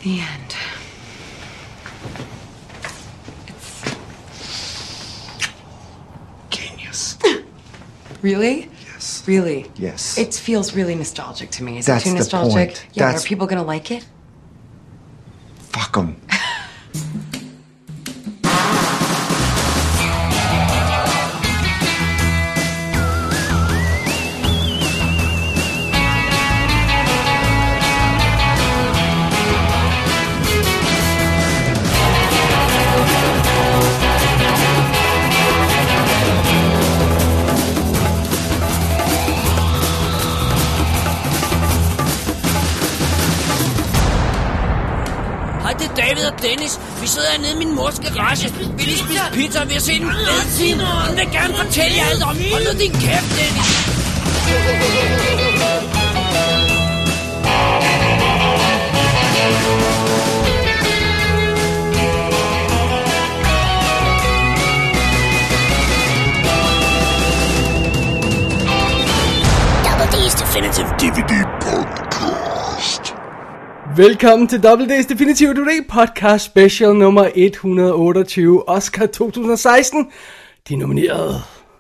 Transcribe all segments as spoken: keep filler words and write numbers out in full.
The end. Genius. Really? Yes. Really? Yes. It feels really nostalgic to me. Is That's it too the nostalgic? point. Yeah, That's- but are people gonna like it? Fuck them. Hej, det er David og Dennis. Vi sidder hernede i min mors garage. Vi lige spise pizza, og vi har set en fed film. Hun vil gerne fortælle jer alt om. Hold nu din kæft, Dennis. Double D's Definitive D V D Podcast. Velkommen til Double D's Definitive D V D Podcast Special nummer et hundrede otteogtyve, Oscar to tusind og seksten. De nominerede.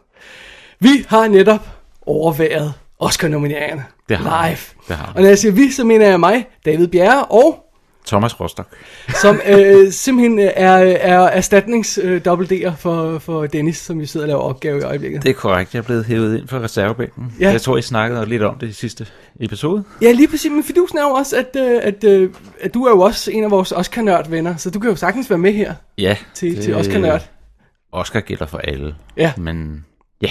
Vi har netop overværet Oscar-nomineringerne Det har vi. live. Det har vi. Og når jeg siger vi, så mener jeg mig, David Bjerre, og Thomas Rostock. som øh, simpelthen er, er erstatnings øh, Double D'er for, for Dennis, som vi sidder og laver opgave i øjeblikket. Det er korrekt, jeg er blevet hævet ind for reservebænken. Ja. Jeg tror, I snakkede lidt om det i sidste episode. Ja, lige præcis, men fidusen er jo også, at, øh, at, øh, at du er jo også en af vores Oscar-nørd-venner, så du kan jo sagtens være med her Ja. til, det- til Oscar-nørd. Oscar gælder for alle. Ja. Men ja,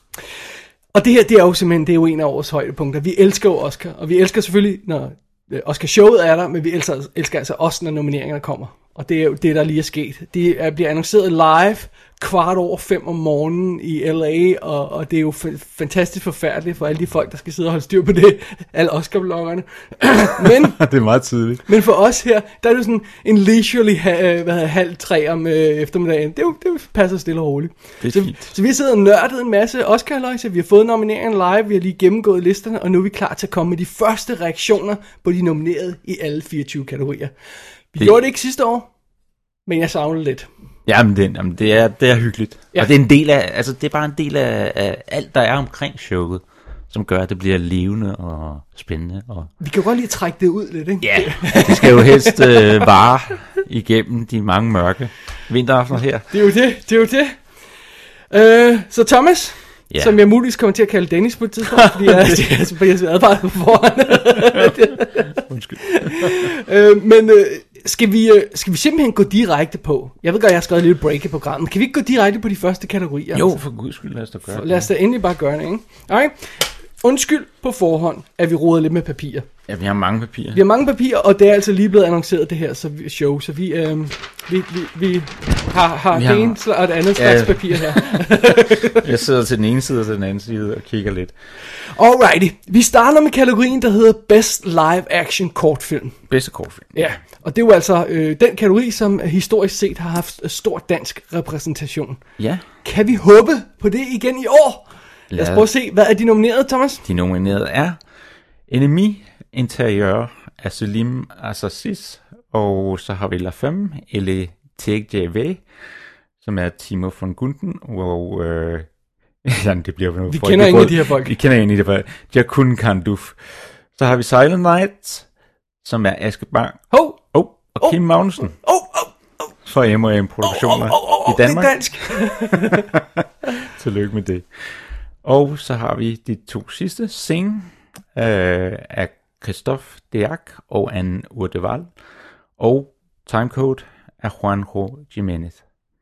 Og det her, det er jo simpelthen, det er jo en af årets højdepunkter. Vi elsker jo Oscar, og vi elsker selvfølgelig, når øh, Oscar-showet er der, men vi elsker, elsker altså også, når nomineringerne kommer. Og det er jo det, der lige er sket. Det er, bliver annonceret live kvart over fem om morgenen i L A, og, og det er jo f- fantastisk forfærdeligt for alle de folk, der skal sidde og holde styr på det, alle Oscar-bloggerne. men, det er meget tidligt. men for os her, der er det sådan en leisurely ha- hvad hedder, halv tre om øh, eftermiddagen. Det, er jo, det passer stille og roligt. Det er så, fint. så vi har siddet og nørdet en masse Oscar-løjser, vi har fået nomineringerne live, vi har lige gennemgået listerne, og nu er vi klar til at komme med de første reaktioner på de nominerede i alle fireogtyve kategorier. Vi Det- gjorde det ikke sidste år, men jeg savner lidt. Jamen, det, jamen det, er, det er hyggeligt. Ja. Og det er en del af, altså det er bare en del af, af alt, der er omkring showet, som gør, at det bliver levende og spændende. Og Vi kan jo godt lige trække det ud lidt, ikke? ja, det skal jo helst øh, vare igennem de mange mørke vinteraftener her. Det er jo det, det er jo det. Øh, så Thomas, Ja. som jeg muligvis kommer til at kalde Dennis på et tidspunkt, fordi jeg, fordi jeg er advaret på forhånd. Undskyld. øh, men øh, skal, vi, øh, skal vi simpelthen gå direkte på? Jeg ved godt, jeg har skrevet et lille break i programmet. Kan vi ikke gå direkte på de første kategorier? Jo, for guds skyld, lad os da gøre det. Lad os da endelig bare gøre det, ikke? Okay. Undskyld på forhånd, at vi roder lidt med papir. Ja, vi har mange papirer. Vi har mange papirer, og det er altså lige blevet annonceret, det her så vi, show, så vi, øh, vi, vi, vi har, har Vi det har- ene sl- og det andet slags Ja. papir her. Jeg sidder til den ene side og til den anden side og kigger lidt. Alrighty, vi starter med kategorien, der hedder Best Live Action Kortfilm. Bedste kortfilm. Ja, og det er jo altså øh, den kategori, som historisk set har haft stor dansk repræsentation. Ja. Kan vi håbe på det igen i år? Lad os Lad- prøve at se, hvad er de nominerede, Thomas? De nominerede er Ennemi Interiør af Selim Assassis, og så har vi La Femme, eller T G V, som er Timo von Gunden, og øh, ja, det bliver noget Vi folk. kender Vi ingen af prøver- de her folk. Vi kender ingen af de her folk. Jakun Kanduf. Så har vi Silent Night, som er Aske Bang, Hov, oh, og Oh. Kim Magnussen oh, oh, for M og M Produktioner oh, oh, oh, i Danmark. det er dansk. Tillykke med det. Og så har vi de to sidste, Sing øh, af Christophe Deac og Anne Urdeval, og Timecode af Juanjo Jimenez.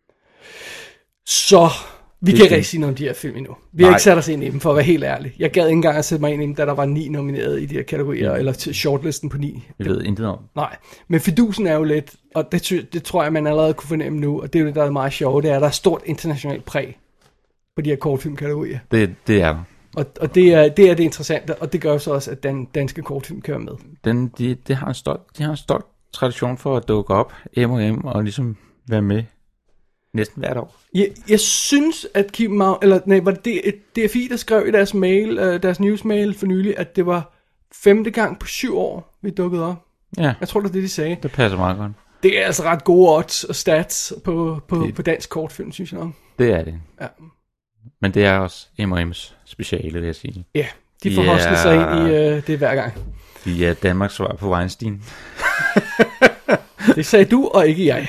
Så, vi Det kan er ikke det. rigtig sige noget om de her film endnu. Vi har Nej. ikke sat os ind i dem, for at være helt ærlig. Jeg gad ikke engang at sætte mig ind i dem, da der var ni nomineret i de her kategorier, eller til shortlisten på ni. Vi ved intet om. Nej, men fidusen er jo lidt, og det, ty- det tror jeg, man allerede kunne fornemme nu, og det er jo det, der er meget sjovt, det er, at der er stort internationalt præg på de her kortfilmkategorier. Det, det er der. Og, og det, er, det er det interessante, og det gør jo så også, at den danske kortfilm kører med. Den, de, de, har en stolt, de har en stolt tradition for at dukke op, M og M, og ligesom være med næsten hvert år. Jeg, jeg synes, at Kim Mau, eller nej, var det D F I, der skrev i deres mail, uh, deres newsmail for nylig, at det var femte gang på syv år, vi dukkede op. Ja, Jeg tror, det er det, de sagde. det passer meget godt. Det er altså ret gode odds og stats på, på, Det- på dansk kortfilm, synes jeg nok. Det er det. Ja. Men det er også M og M's speciale, vil jeg sige. Ja, de får Ja. hosket sig ind i øh, det hver gang. De er Danmarks svar på Weinstein. Det sagde du, og ikke jeg.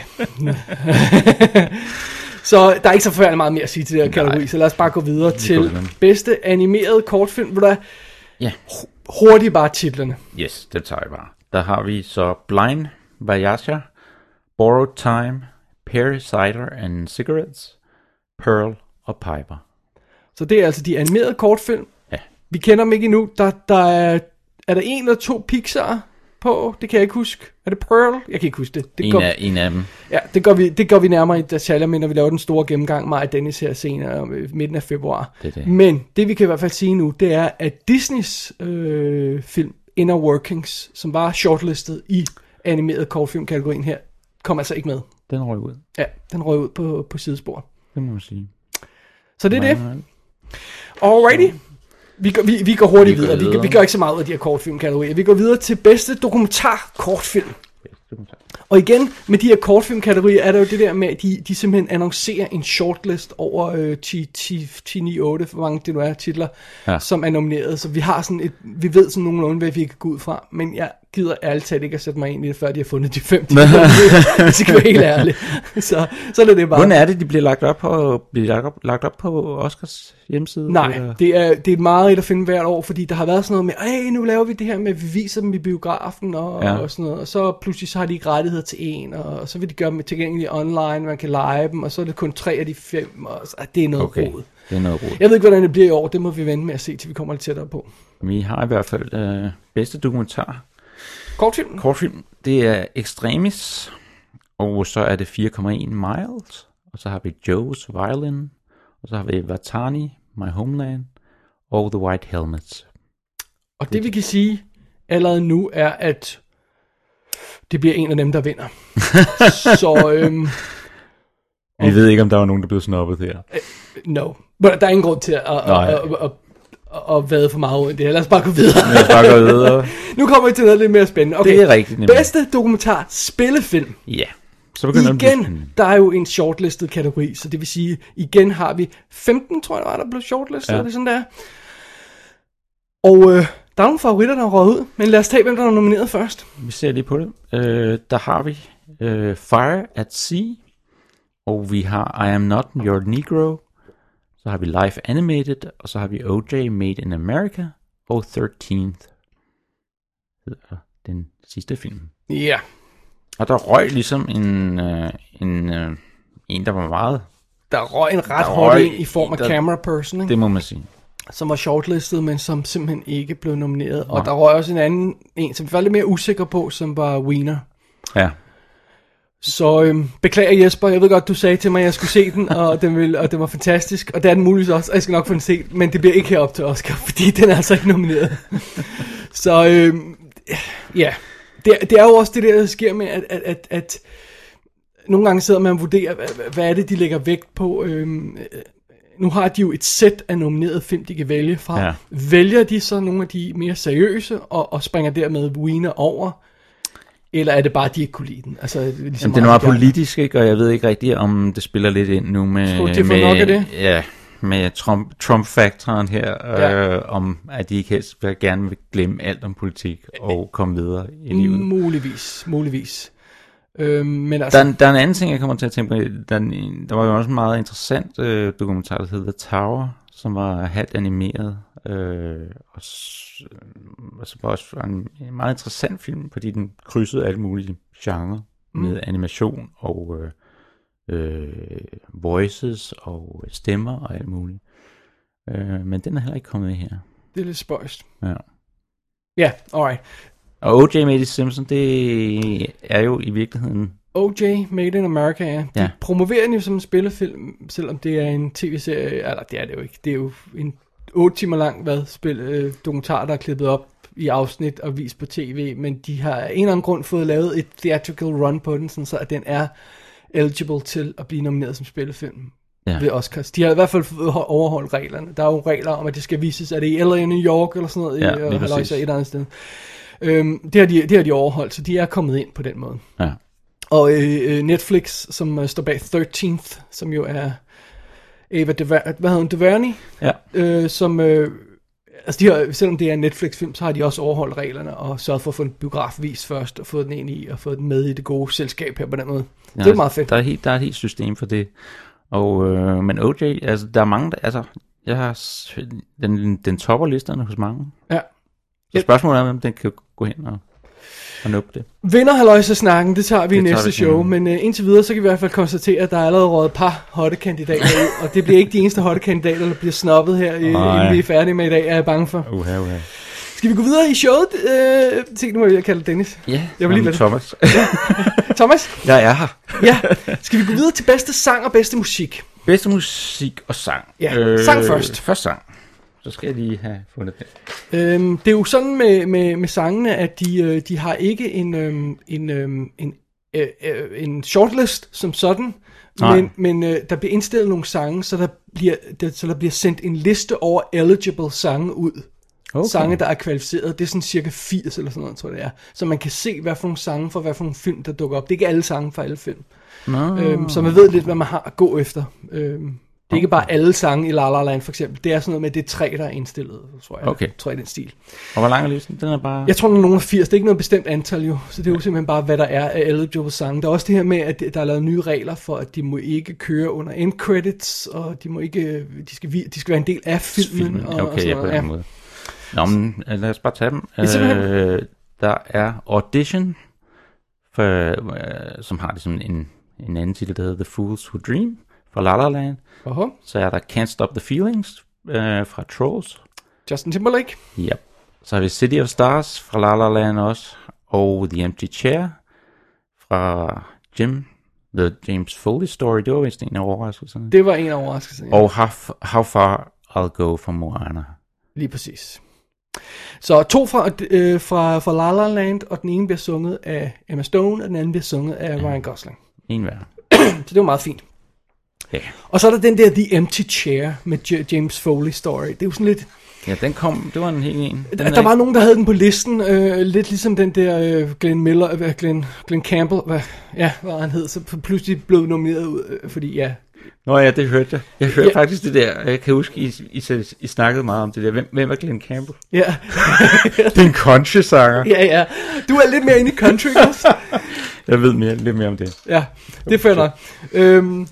Så der er ikke så forfærdeligt meget mere at sige til det her kategori, så lad os bare gå videre går til videre. bedste animerede kortfilm. Vil du Ja. hurtigt bare titlerne? Yes, det tager jeg bare. Der har vi så Blind Vayasha, Borrowed Time, Pear Cider and Cigarettes, Pearl og Piper. Så det er altså de animerede kortfilm. Ja. Vi kender dem ikke endnu. Der, der er, er der en eller to Pixar på? Det kan jeg ikke huske. Er det Pearl? Jeg kan ikke huske det. Det En går, af, en af dem. ja, det går, vi, det går vi nærmere i detaljer med, når vi laver den store gennemgang med Dennis her senere, øh, midten af februar. Det er det. Men det vi kan i hvert fald sige nu, det er, at Disneys øh, film Inner Workings, som var shortlistet i animeret kortfilm-kategorien her, kom altså ikke med. Den røg ud. Ja, den røg ud på, på sidespor. Det må man sige. Så det er det. Nej, nej. Alrighty. Vi går, vi, vi går hurtigt Vi går videre. Vi, videre. vi gør ikke så meget ud af de her kortfilmkategorier. Vi går videre til bedste dokumentar-kortfilm. Og igen, med de her kortfilmkategorier, er der jo det der med, at de, de simpelthen annoncerer en shortlist over øh, ti, ti, ti, ni, otte, hvor mange det nu er, titler, ja. Ja. som er nomineret. Så vi har sådan et, vi ved sådan nogenlunde, hvad vi kan gå ud fra. Men jeg gider ærligt talt ikke at sætte mig ind i det, før de har fundet de fem titler. Det skal være helt ærligt. Så, så er det bare. Hvordan er det, de bliver lagt op på, bliver lagt op, lagt op på Oscars hjemmeside? Nej, eller? det er, det er et meget at finde hvert år, fordi der har været sådan noget med, ej, nu laver vi det her med, at vi viser dem i biografen og, Ja. og sådan noget, og så pludselig så har de ikke rettigheder til en, og så vil de gøre dem tilgængelige online, man kan lege dem, og så er det kun tre af de fem, og så, det er noget Okay, rod. det er noget rod. Jeg ved ikke, hvordan det bliver i år, det må vi vente med at se, til vi kommer lidt tættere på. Vi har i hvert fald øh, bedste dokumentar. Kortfilm? Kortfilm, det er Extremis, og så er det fire komma en miles, og så har vi Joe's Violin, og så har vi Watani, My Homeland, og The White Helmets. Og det vi kan sige allerede nu er, at det bliver en af dem, der vinder. så, øhm, Vi ved ikke, om der var nogen, der blev snobbet her. no. Men der er ingen grund til at, at, Nej. at, at, at, at vade for meget ud i det her. Lad os bare gå videre. Lad os bare gå videre. Nu kommer vi til noget lidt mere spændende. Okay. Det er rigtigt, nemlig. Bedste dokumentar spillefilm. Ja, så begynder det at blive Igen, spændende. der er jo en shortlistet kategori, så det vil sige, igen har vi femten, tror jeg, var der blev shortlistet, ja. Ja. Det er sådan der. Og øh, der er nogle favoritter, der er røget ud, men lad os tage, hvem der er nomineret først. Vi ser lige på det. Øh, der har vi øh, Fire at Sea, og vi har I Am Not Your Negro, så har vi Life Animated, og så har vi O J Made in America, og thirteenth hedder den sidste film. Ja. Og der røg ligesom en, øh, en, øh, en, der var meget, Der røg en ret Der hårdt røg ind i form af der- camera person, ikke? det må man sige. Som var shortlistet, men som simpelthen ikke blev nomineret. Og Nej. der røg også en anden, en som vi var lidt mere usikker på, som var Wiener. Ja, Så øhm, beklager Jesper, jeg ved godt, du sagde til mig, at jeg skulle se den, og den, ville, og den var fantastisk, og det er den muligvis også, og jeg skal nok få den set, men det bliver ikke herop til Oscar, fordi den er altså ikke nomineret. Så øhm, ja, det, det er jo også det der, der sker med, at, at, at, at nogle gange sidder man og vurderer, hvad, hvad er det, de lægger vægt på. Øhm, nu har de jo et sæt af nominerede film, de kan vælge fra. Ja. Vælger de så nogle af de mere seriøse, og, og springer dermed Wiener over? Eller er det bare, at de ikke kunne lide den? Altså, ligesom men den var politisk, ikke? Og jeg ved ikke rigtigt, om det spiller lidt ind nu med, Tror du, det får med, nok af det? Ja, med Trump, Trump-faktoren her, Ja. øh, om at de ikke helst vil gerne vil glemme alt om politik og komme videre i livet. Muligvis, muligvis. Øhm, men altså, Der, er- der er en anden ting, jeg kommer til at tænke på. Der, er en- der var jo også en meget interessant øh, dokumentar, der hedder The Tower, som var halvt animeret. Øh, og, s- og så var også en, en meget interessant film, fordi den krydsede alle mulige genrer med animation og øh, øh, voices og stemmer og alt muligt. Øh, men den er heller ikke kommet med her. det er lidt spøjst. Ja. Ja, alright. Og O J Made Simpson, det er jo i virkeligheden... O J Made in America, ja. De Ja. promoverer den jo som en spillefilm, selvom det er en tv-serie. Eller det er det jo ikke. Det er jo en otte timer lang hvad, spil, øh, dokumentar, der er klippet op i afsnit og vist på tv. Men de har af en eller anden grund fået lavet et theatrical run på den, sådan så at den er eligible til at blive nomineret som spillefilm. Ja. Ved Oscars. De har i hvert fald fået overholdt reglerne. Der er jo regler om, at det skal vises, at det er i L A, New York eller sådan noget, Ja, i, lige eller præcis. et eller andet sted. Øhm, det, har de, det har de overholdt, så de er kommet ind på den måde. Ja. Og øh, Netflix, som øh, står bag thirteenth, som jo er Ava Dever- hvad hedder hun, DuVernay, Ja. øh, som... Øh, altså de har, selvom det er en Netflix-film, så har de også overholdt reglerne og sørget for at få en biografvis først, og fået den ind i, og fået den med i det gode selskab her på den måde. Ja, det er meget fedt. Der er, helt, der er et helt system for det. Og, øh, men O J, altså der er mange, der, altså, jeg har, s- den, den topper listerne hos mange. Ja. Så spørgsmålet er, om den kan gå hen og, og nuppe det. Vinderhalløjse-snakken, det tager vi Det i tager næste vi show, senere. men uh, indtil videre, så kan vi i hvert fald konstatere, at der er allerede røget et par hotte kandidater ud, og det bliver ikke de eneste hotte kandidater, der bliver snobbet her, i, inden vi er færdige med i dag, er jeg bange for. Uha, uha. Skal vi gå videre i showet? Uh, se, nu må jeg kalde det Dennis. Ja, Jeg vil lige lade- Thomas. Thomas? Jeg er her. Ja. Skal vi gå videre til bedste sang og bedste musik? Bedste musik og sang. Ja, sang først. Først sang. Så skal jeg lige have fundet det. Øhm, det er jo sådan med, med, med sangene, at de, øh, de har ikke en, øhm, en, øhm, en, øh, øh, en shortlist som sådan, Nej. men, men øh, der bliver indstillet nogle sange, så der, bliver, der, så der bliver sendt en liste over eligible sange ud. Okay. Sange, der er kvalificeret. Det er sådan cirka firs eller sådan noget, tror jeg det er. Så man kan se, hvad for nogle sange for hvad for nogle film, der dukker op. Det er ikke alle sange fra alle film. Nå. Øhm, så man ved lidt, hvad man har at gå efter. Øhm, det er ikke bare alle sange i La La Land for eksempel. Det er sådan noget med, det er tre, der er indstillet, tror jeg. Okay. Tror jeg, den stil. Og hvor lang er listen? Den er bare... Jeg tror, den er nogen af firs. Det er ikke noget bestemt antal jo. Så det er jo simpelthen bare, hvad der er af eligible sange. Der er også det her med, at der er lavet nye regler for, at de må ikke køre under end credits, og de må ikke, de skal, de skal være en del af filmen. Filmen. Og, Okay, og sådan ja, på noget. den måde. Nå, men lad os bare tage dem. Ja, simpelthen. øh, der er Audition, for, øh, som har ligesom en, en anden titel, der hedder The Fools Who Dream, fra La La Land. Oho. Så er der Can't Stop the Feelings, øh, fra Trolls. Justin Timberlake. Yep. Så har vi City of Stars, fra La La Land også. Og The Empty Chair, fra Jim, The James Foley Story. Det var vist en af overraskelserne. Det var en af overraskelserne. Ja. Og how, how Far I'll Go fra Moana. Lige præcis. Så to fra, øh, fra, fra La La Land, og den ene bliver sunget af Emma Stone, og den anden bliver sunget af Ryan Gosling. En hver. Så det var meget fint. Ja. Og så er der den der The Empty Chair med J- James Foley Story. Det er jo sådan lidt... Ja, den kom, det var en helt en. Den Der, er der var ikke- nogen, der havde den på listen, øh, lidt ligesom den der øh, Glenn Miller, øh, Glenn, Glenn Campbell, hvad, ja, hvad han hed, så pludselig blev nomineret ud, øh, fordi ja... Nå ja, det hørte jeg. Jeg hørte Ja. ja. faktisk det der. Jeg kan huske, I, I, I, I snakkede meget om det der. Hvem, hvem er Glenn Campbell? Ja, Det er en country-sanger. ja, ja. Du er lidt mere inde i country, også. Jeg ved mere, lidt mere om det. Ja, det er fair nok. Øhm,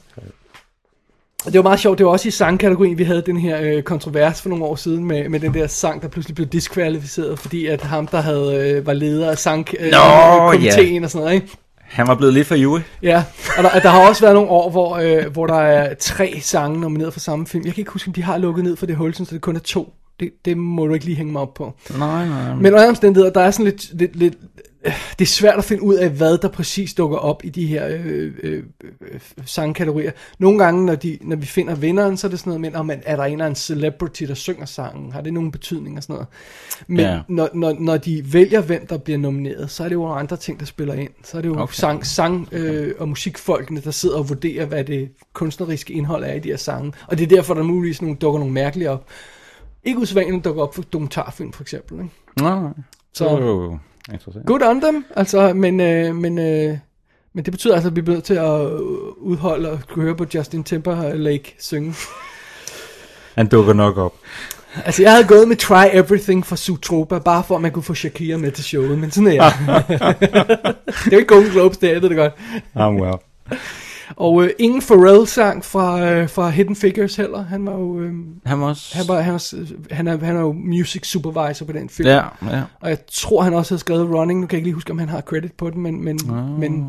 det var meget sjovt, det var også i sangkategorien, vi havde den her øh, kontrovers for nogle år siden med, med den der sang, der pludselig blev diskvalificeret, fordi at ham, der havde, øh, var leder af sangkomiteen øh, og sådan noget, ikke? Han var blevet lidt for juve. Ja, og der, der har også været nogle år, hvor, øh, hvor der er tre sange nomineret for samme film. Jeg kan ikke huske, om de har lukket ned for det hul, så det kun er to. Det, det må du ikke lige hænge mig op på. Nej, nej. Men under omstændigheder, der er sådan lidt, lidt, lidt øh, det er svært at finde ud af, hvad der præcis dukker op i de her øh, øh, øh, sangkategorier. Nogle gange, når, de, når vi finder vinderen, så er det sådan noget med, oh, man, er der en eller anden celebrity, der synger sangen? Har det nogen betydning og sådan noget? Men Ja. når, når, når de vælger, hvem der bliver nomineret, så er det jo nogle andre ting, der spiller ind. Så er det jo Okay. okay. sang, sang øh, og musikfolkene, der sidder og vurderer, hvad det kunstneriske indhold er i de her sange. Og det er derfor, der muligvis nogle, dukker nogle mærkelige op. Ikke usædvanligt dukker op for dokumentarfilm, for eksempel. Ikke? Nej, nej. Så- Så det var jo interessant. Good on them, altså, men, øh, men, øh, men det betyder altså, at vi bliver nødt til at udholde og høre på Justin Timberlake synge. Han dukker nok op. Altså, jeg havde gået med Try Everything fra Zootropia, bare for at man kunne få Shakira med til showet, men sådan er jeg. Det er jo ikke Golden Globes, det er, jeg ved det godt. I'm well. Og øh, ingen Pharrell-sang fra, øh, fra Hidden Figures heller. Han var jo, øh, Han var også... han var, han, var, han, er, han er jo music supervisor på den film. Ja, ja. Og jeg tror, han også havde skrevet Running. Nu kan jeg ikke lige huske, om han har credit på den, men, men, Oh. men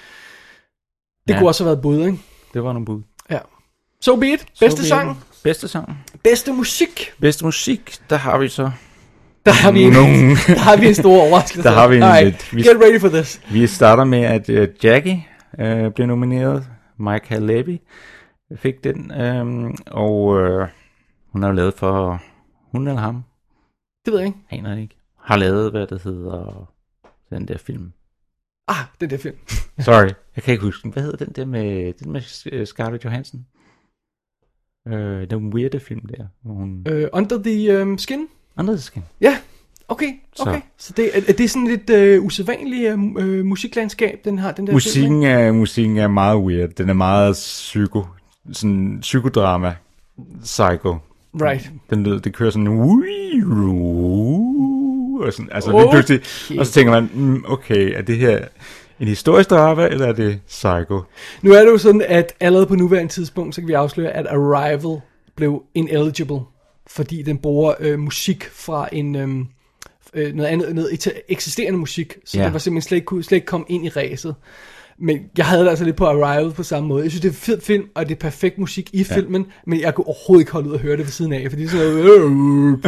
det Ja. kunne også have været bud, ikke? Det var nogle bud. Ja. So be it. Bedste Så sang. vi- Bedste sang. Bedste musik. Bedste musik, der har vi så... Der har vi en, Nogen. der har vi en stor overraskelse. Der har vi en Alright, lidt- vi- Get ready for this. Vi starter med, at uh, Jackie uh, blev nomineret. Michael Levy fik den. Um, og uh, hun har jo lavet for... Hun eller ham? Det ved jeg ikke. Aner det ikke. Har lavet, hvad det hedder... Den der film. Ah, den der film. Sorry, jeg kan ikke huske den. Hvad hedder den der med, den med uh, Scarlett Johansson? Uh, den weirde film der. Hvor hun... Uh, Under the um, Skin. Under the Skin. Ja. Okay, Så. okay. Så, så det, er, er det sådan lidt øh, usædvanligt øh, musiklandskab, den har, den der Musikken film, er, musikken er meget weird. Den er meget psyko, sådan psykodrama, psycho. Right. Den lyder, det kører sådan, og sådan, altså Okay. lige pludselig, og så tænker man, mm, okay, er det her en historisk drama, eller er det psycho? Nu er det jo sådan, at allerede på nuværende tidspunkt, så kan vi afsløre, at Arrival blev ineligible, fordi den bruger øh, musik fra en øhm, øh, noget andet, noget eksisterende musik, så Ja. det var simpelthen slet ikke, kunne slet ikke komme ind i ræset. Men jeg havde det altså lidt på Arrival på samme måde. Jeg synes, det er en fed film, og det er perfekt musik i ja. filmen, men jeg kunne overhovedet ikke holde ud og høre det ved siden af, fordi sådan noget...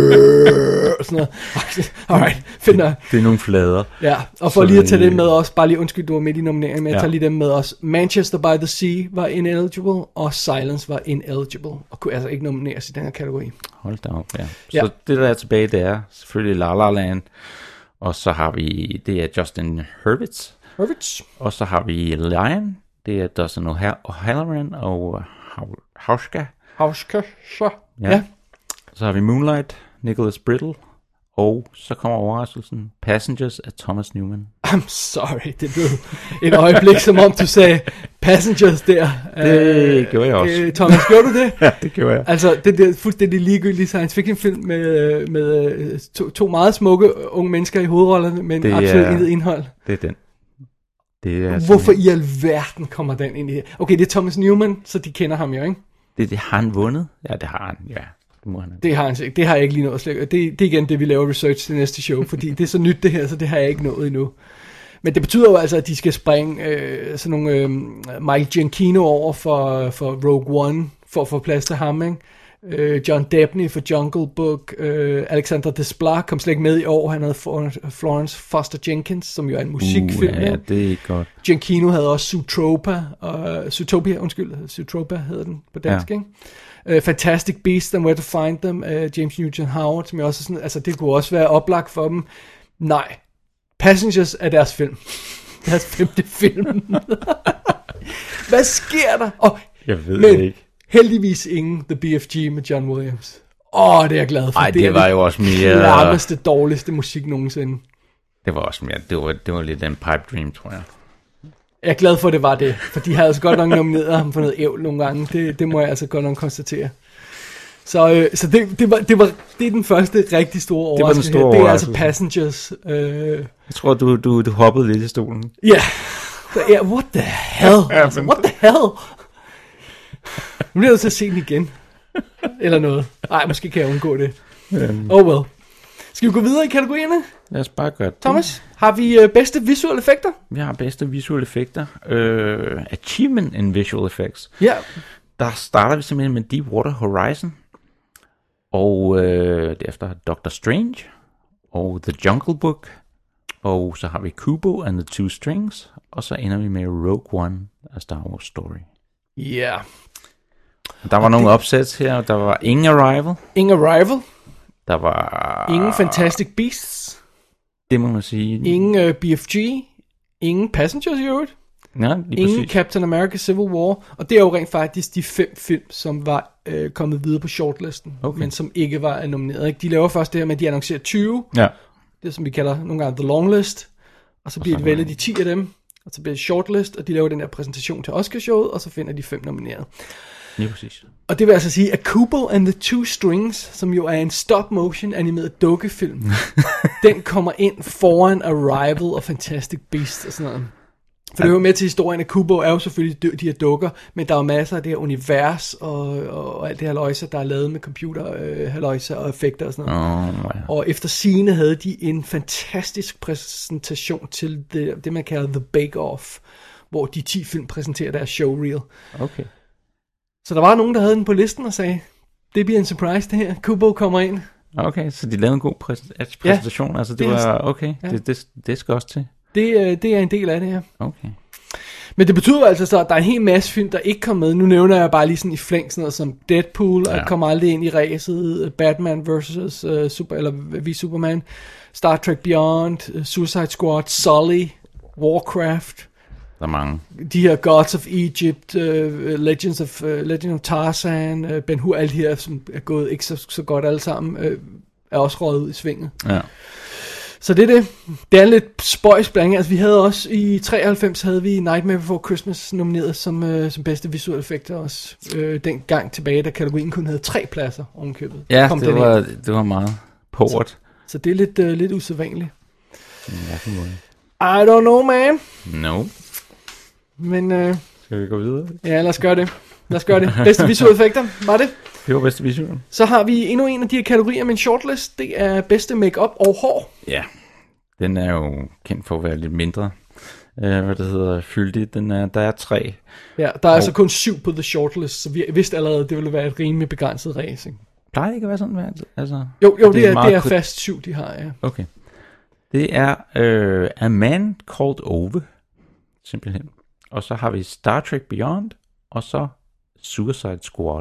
sådan noget. Alright, fedt nok. Det er nogle flader. Ja, og for Så lige at tage det- det med os, bare lige undskyld, du var midt i nomineringen, men jeg Ja. tager lige dem med os. Manchester by the Sea var ineligible, og Silence var ineligible, og kunne altså ikke nomineres i den her kategori. Hold da op, ja. Så Ja. det, der er tilbage, det er selvfølgelig La La Land, og så har vi, det er Justin Hurwitz, Perfect. og så har vi Lion, det er Dustin O'Halloran og Hauschka. Hauschka, så. Ja. Ja. Så har vi Moonlight, Nicholas Brittle, og så kommer overraskelsen, Passengers af Thomas Newman. I'm sorry, det blev et øjeblik, som om du sagde Passengers der. Det gjorde jeg også. Øh, Thomas, gjorde du det? Ja, det gjorde jeg. Altså, det der fuldstændig ligegyldige science fiction film med, med øh, to, to meget smukke unge mennesker i hovedrollerne, men Det absolut er- intet indhold. Det er den. Det er Hvorfor sådan- i alverden kommer den ind i det? Okay, det er Thomas Newman, så de kender ham jo, ikke? Det, det har han vundet? Ja, det har han, ja. Det må han have. Det har han ikke. Det har jeg ikke lige nået at slække. Det, det er igen det, vi laver research til næste show, fordi det er så nyt det her, så det har jeg ikke nået endnu. Men det betyder jo altså, at de skal springe øh, sådan nogle øh, Michael Giacchino over for, for Rogue One, for at få plads til ham, ikke? Øh, John Debney for Jungle Book, øh, Alexander Desplat kom slet ikke med i år, han havde Florence Foster Jenkins, som jo er en musikfilm. Uh, ja, ikke? det er ikke godt. Giacchino havde også Zootopia, og Zootopia, undskyld, Zootopia hedder den på dansk, Ja. ikke? Uh, Fantastic Beasts and Where to Find Them, uh, James Newton Howard, som jo også er sådan, altså det kunne også være oplagt for dem. Nej, Passengers er deres film. Deres femte film. Hvad sker der? Og, Jeg ved men ikke. heldigvis ingen The B F G med John Williams. Åh, oh, det er jeg glad for. Ej, det er var jo også mere- larmeste, dårligste musik nogensinde. Det var også mere, det var, det var lidt en pipe dream, tror jeg. Jeg er glad for, at det var det, for de havde altså godt nok nomineret ham for noget ævl nogle gange. Det, det må jeg altså godt nok konstatere. Så, øh, så det, det, var, det, var, det er den første rigtig store var den overraskelse store her. Det er altså overraskelse. Passengers. Øh, Jeg tror, du, du, du hoppede lidt i stolen. Ja. Yeah. Yeah, what the hell? Altså, what the hell? Nu bliver jeg nødt til at se den igen. Eller noget. Nej, måske kan jeg undgå det. Um, Oh well. Skal vi gå videre i kategorierne? Lad os bare gøre det. Thomas, har vi øh, bedste visuelle effekter? Vi har bedste visuelle effekter. Uh, achievement in visual effects. Ja. Der starter vi simpelthen med Deepwater Horizon. Og uh, derefter Doctor Strange. Og The Jungle Book. Og så har vi Kubo and the Two Strings. Og så ender vi med Rogue One, A Star Wars Story. Ja. Yeah. Der var nogle opsæt her. Der var ingen Arrival. Ingen Arrival. Der var... Ingen Fantastic Beasts. Det må man sige. Ingen uh, B F G. Ingen Passengers i øvrigt. Ja, lige Ingen præcis. Captain America Civil War. Og det er jo rent faktisk de fem film, som var øh, kommet videre på shortlisten, Okay. men som ikke var nomineret. Ikke? De laver først det her med, at de annoncerer tyve. Ja. Det som vi kalder nogle gange the long list. Og så bliver så de er vælget de ti af dem. Og så bliver det shortlist, og de laver den der præsentation til Oscarshowet, og så finder de fem nomineret. Lige præcis. Og det vil altså sige, at Kubo and the Two Strings, som jo er en stop-motion animeret dukkefilm, den kommer ind foran Arrival og Fantastic Beasts og sådan noget. For det hører med til historien, at Kubo er jo selvfølgelig de, de her dukker, men der er jo masser af det her univers og, og, og alt det her løjser, der er lavet med computer, øh, haløjser og effekter og sådan noget. Oh, ja. Og efter sigende havde de en fantastisk præsentation til det, det man kalder The Bake Off, hvor de ti film præsenterer deres showreel. Okay. Så der var nogen, der havde den på listen og sagde, det bliver en surprise det her, Kubo kommer ind. Okay, så de lavede en god præs- præsentation. Ja, altså det, det er- var okay. ja. Det, det, det skal også til. Det, øh, det er en del af det her. Okay. Men det betyder altså så, at der er en hel masse film, der ikke kom med. Nu nævner jeg bare lige sådan i flæng sådan noget som Deadpool, ja. Ja. kommer aldrig ind i ræset, Batman versus uh, Super, eller V Superman, Star Trek Beyond, uh, Suicide Squad, Sully, Warcraft, Der er mange. de her Gods of Egypt, uh, Legends of uh, Legend of Tarzan, uh, Ben Hur, alle de her, som er gået ikke så, så godt alle sammen. Uh, er også røget ud i svinget. Ja. Så det er det. Det er en lidt spøjs blanding. Altså vi havde også i treoghalvfems havde vi Nightmare Before Christmas nomineret som, øh, som bedste visuelle effekter også. Øh, den gang tilbage, da kategorien kun havde tre pladser ovenkøbet. Ja, Kom det den var, ind. det var meget port. Så, så det er lidt, øh, lidt usædvanligt. Ja, for måde. I don't know, man. No. Men øh, Skal vi gå videre? ja, lad os gøre det. Lad os gøre det. Bedste visuelle effekter, var det? Det var bedste visual. Så har vi endnu en af de her kategorier med en shortlist. Det er bedste make-up og hår. Ja, den er jo kendt for at være lidt mindre. Uh, hvad det hedder, fyldig. Den er, der er tre. Ja, der er og... altså kun syv på the shortlist, så vi vidste allerede, at det ville være et rimelig begrænset race. Ikke? Plejer det ikke at være sådan hver tid? Altså, Jo, jo, det, det er, meget det er kri- fast syv, de har, ja. Okay. Det er uh, A Man Called Ove, simpelthen. Og så har vi Star Trek Beyond, og så Suicide Squad.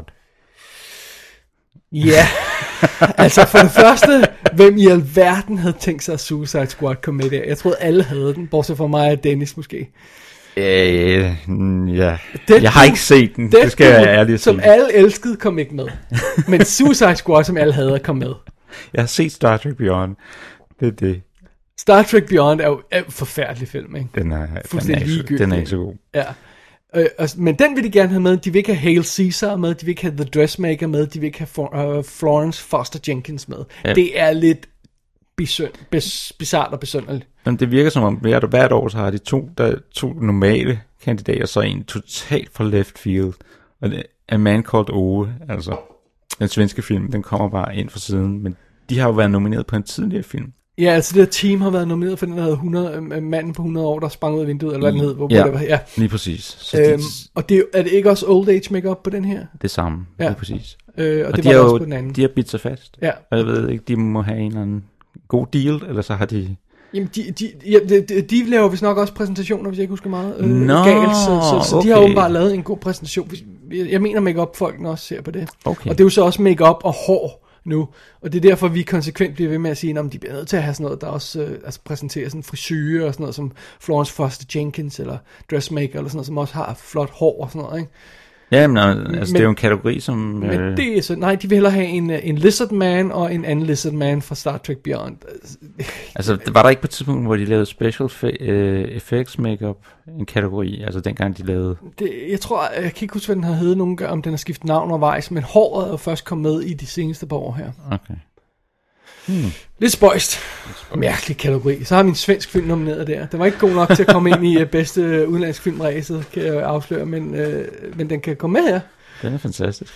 Ja, altså for det første, hvem i alverden havde tænkt sig, at Suicide Squad kom med der? Jeg troede, alle havde den, bortset fra mig og Dennis måske. Øh, ja, Deadpool, jeg har ikke set den, Deadpool, det skal jeg ærligt sige. som alle elskede, kom ikke med. Men Suicide Squad, som alle havde, kom med. Jeg har set Star Trek Beyond, det er det. Star Trek Beyond er jo en forfærdelig film, ikke? Den er, den, Fuldstændig er ikke, ligegyldig. den er ikke så god. Ja. Øh, og, men den vil de gerne have med. De vil ikke have Hail Caesar med. De vil ikke have The Dressmaker med. De vil ikke have For, uh, Florence Foster Jenkins med. Ja. Det er lidt besøn, bes, bizarrt og besynderligt. Men det virker som om, hvert, hvert år så har de to, der, to normale kandidater, så en totalt fra left field. Og det er A Man Called Ove, altså den svenske film, den kommer bare ind fra siden. Men de har jo været nomineret på en tidligere film. Ja, altså det her team har været nomineret for den, der hedder hundrede, øh, manden på hundrede år, der sprang ud af vinduet, eller hvad den hed. Hvor, Ja, hvor det var. Ja. lige præcis. Så Øhm, det, og det, er det ikke også old age makeup på den her? det samme, Ja. lige præcis. Øh, og, Og det de var har det også jo, på den anden. de har bidt sig fast. Ja. Og jeg ved ikke, de må have en eller anden god deal, eller så har de... Jamen, de, de, ja, de, de, de laver vist nok også præsentationer, hvis jeg ikke husker meget øh, Nå, galt, så, så, så de har okay. åbenbart lavet en god præsentation. Jeg, jeg mener, make-up-folkene også ser på det. Okay. Og det er jo så også make-up og hår nu, og det er derfor, vi konsekvent bliver ved med at sige, at de bliver nødt til at have sådan noget, der også øh, altså præsenterer sådan frisyre og sådan noget, som Florence Foster Jenkins eller Dressmaker, eller sådan noget, som også har flot hår og sådan noget, ikke? Ja, men altså, Men- det er jo en kategori, som... Men øh, det er så, nej, de vil hellere have en, øh, en Lizard Man og en anden Lizard Man fra Star Trek Beyond. Altså, var der ikke på et tidspunkt, hvor de lavede special fe- øh, effects makeup en kategori? Altså, dengang de lavede... Det, jeg tror, jeg kan ikke huske, hvad den har heddet nogen gang, om den har skiftet navn undervejs, men håret er jo først kommet med i de seneste par år her. Okay. Lidt spøjst. Mærkelig kategori. Så har vi en svensk film nomineret der. Den var ikke god nok til at komme ind i uh, bedste udenlandsk filmræset, kan jeg afsløre, men, uh, men den kan komme med her. Den er fantastisk.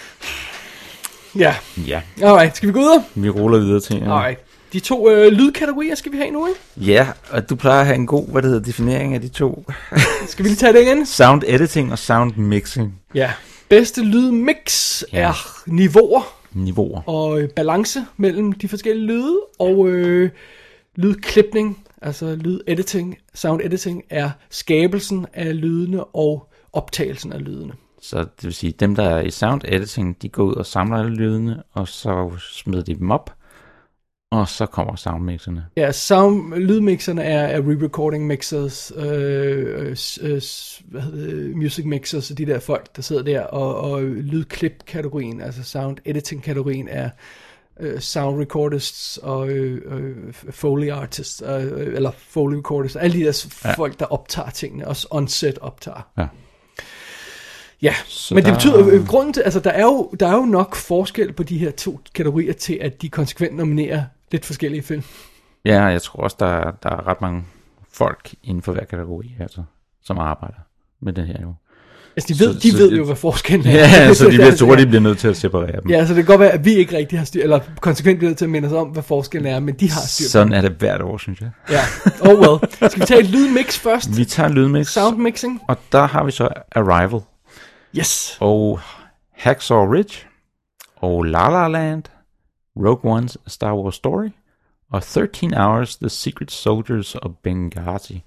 Ja, Ja, alright. Skal vi gå videre? vi ruller videre til... Ja. Alright. De to uh, lydkategorier skal vi have nu, ikke? Ja, og du plejer at have en god, hvad det hedder, definering af de to. Skal vi lige tage det igen? Sound editing og sound mixing Ja. Bedste lydmix Ja. er niveauer niveauer. og øh, balance mellem de forskellige lyde, og øh, lydklipning, altså lydediting, sound editing, er skabelsen af lydene og optagelsen af lydene. Så det vil sige, dem der er i sound editing, de går ud og samler alle lydene, og så smider de dem op, og så kommer soundmixerne. Ja, sound, lydmixerne er, er re-recording mixers, øh, øh, øh, hvad hedder det, music mixers, og de der folk, der sidder der, og, og lydklip-kategorien, altså sound editing-kategorien er øh, sound recordists og øh, øh, foley artists, øh, eller foley recorders, alle de der Ja. folk, der optager tingene, også on-set optager. Ja. Ja, Så men det der- betyder, øh, grunden til, altså der er, jo, der er jo nok forskel på de her to kategorier til, at de konsekvent nominerer lidt forskellige film. Ja, jeg tror også, der, er- der er ret mange folk inden for hver kategori, altså, som arbejder med det her jo. Altså de ved, Så- de så ved det- jo, hvad forskellen er. Ja, så de bliver, Altså, tror, de bliver nødt til at separere dem. Ja, så det kan godt være, at vi ikke rigtig har styr, eller konsekvent bliver nødt til at minde os om, hvad forskellen er, men de har styr på Sådan er det hvert år, synes jeg. det. Ja, oh well. Skal vi tage et lydmix først? Vi tager lydmix, Sound mixing? og der har vi så Arrival, Yes. og Hacksaw Ridge, og La La Land, Rogue One's A Star Wars Story, og thirteen hours, The Secret Soldiers of Benghazi.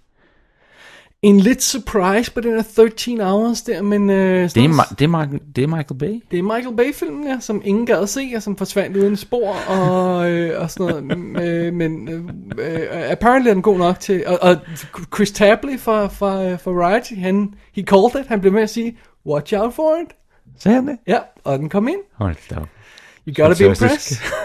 En lidt surprise på den her thirteen hours der, men... Øh, Det er, Ma- det, er Michael, det er Michael Bay. Det er Michael Bay-filmen, ja, som ingen gad at se, og som forsvandt uden spor, og, øh, og sådan noget. øh, men øh, øh, apparently er den god nok til... Og, og Chris Tabley fra, fra, fra Variety, han he called it, han blev med at sige, watch out for it. Sagde han det? Ja, og den kom ind. Hold da op. You gotta be Fantastisk. impressed.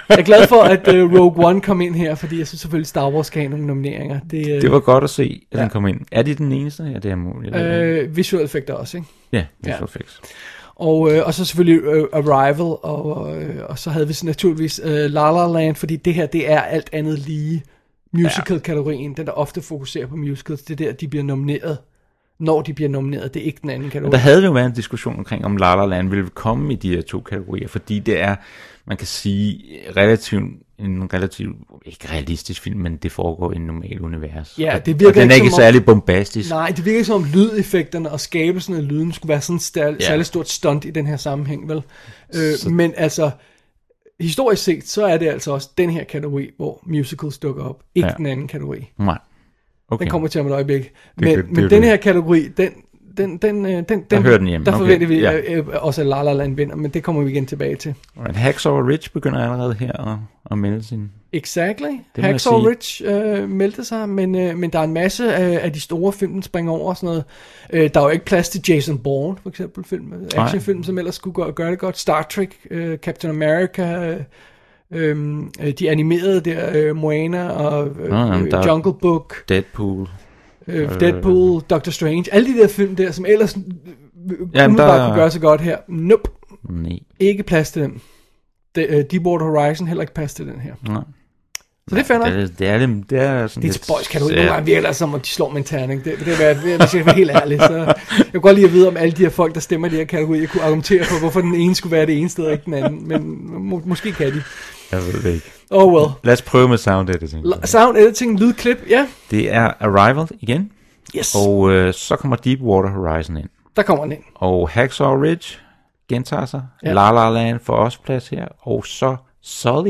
Jeg er glad for, at uh, Rogue One kom ind her, fordi jeg synes selvfølgelig, Star Wars skal have nogle nomineringer. Det, uh, Det var godt at se, at Ja. den kom ind. Er det den eneste? Ja, det er muligt. øh, visual effekter også, ikke? Ja, det er ja. så fix. Og, øh, og så selvfølgelig øh, Arrival, og, øh, og så havde vi så naturligvis øh, La La Land, fordi det her, det er alt andet lige musical-kategorien, den der ofte fokuserer på musicals. Det er der, de bliver nomineret, når de bliver nomineret. Det er ikke den anden kategori. Der havde jo været en diskussion omkring, om La La Land ville komme i de her to kategorier, fordi det er, man kan sige, relativt, en relativt, ikke realistisk film, men det foregår i en normal univers. Ja, Og- det virker og den ikke er ikke som om- særlig bombastisk. Nej, det virker ikke som om lydeffekterne og skabelsen af lyden skulle være sådan et Ja. særligt stort stunt i den her sammenhæng, vel? Øh, Så- men altså, historisk set, så er det altså også den her kategori, hvor musicals dukker op. Ikke Ja. den anden kategori. Nej. Okay. Den kommer til om et øjeblik. Det- Men, det- det men er den det. her kategori, den, den, den, øh, den, den hører den hjemme. Der Okay, forventer vi ja. øh, øh, også, at La La Land vinder, men det kommer vi igen tilbage til. Right. Hacksaw Ridge begynder allerede her at, at melde sin... Exactly. jeg Hacksaw sige. Ridge øh, meldte sig, men, øh, men der er en masse af, af de store film, der springer over og sådan noget. Øh, der er jo ikke plads til Jason Bourne, for eksempel, film, actionfilm, som ellers skulle gøre, gøre det godt. Star Trek, øh, Captain America, øh, øh, de animerede der, øh, Moana og øh, Nå, jamen, der er- Jungle Book, Deadpool. øh, Deadpool, Doctor Strange, alle de der film der, som ellers øh, Jamen, umiddelbart der- kunne gøre sig godt her. Nope, Nej. ikke plads til dem. De, uh, Deepwater Horizon heller ikke plads til den her. Nej. Så det er fair nok. Det er, det er, det, det er sådan Det er lidt- spøjs kategori. ja. Nogle gange virker det som om, de slår med en terning. Det, det er, hvis jeg er helt ærlig. Så jeg kunne godt lide at vide, om alle de her folk, der stemmer i de her kategorier, jeg kunne argumentere for, hvorfor den ene skulle være det ene sted, og ikke den anden. Men må, måske kan de. Jeg ved det ikke. Oh well. Lad os prøve med sound editing. L- Sound editing, lydklip, ja. Det er Arrival igen. Yes. Og øh, så kommer Deepwater Horizon ind. Der kommer den ind. Og Hacksaw Ridge gentager sig. Ja. Ja. La La Land får også plads her. Og så Sully.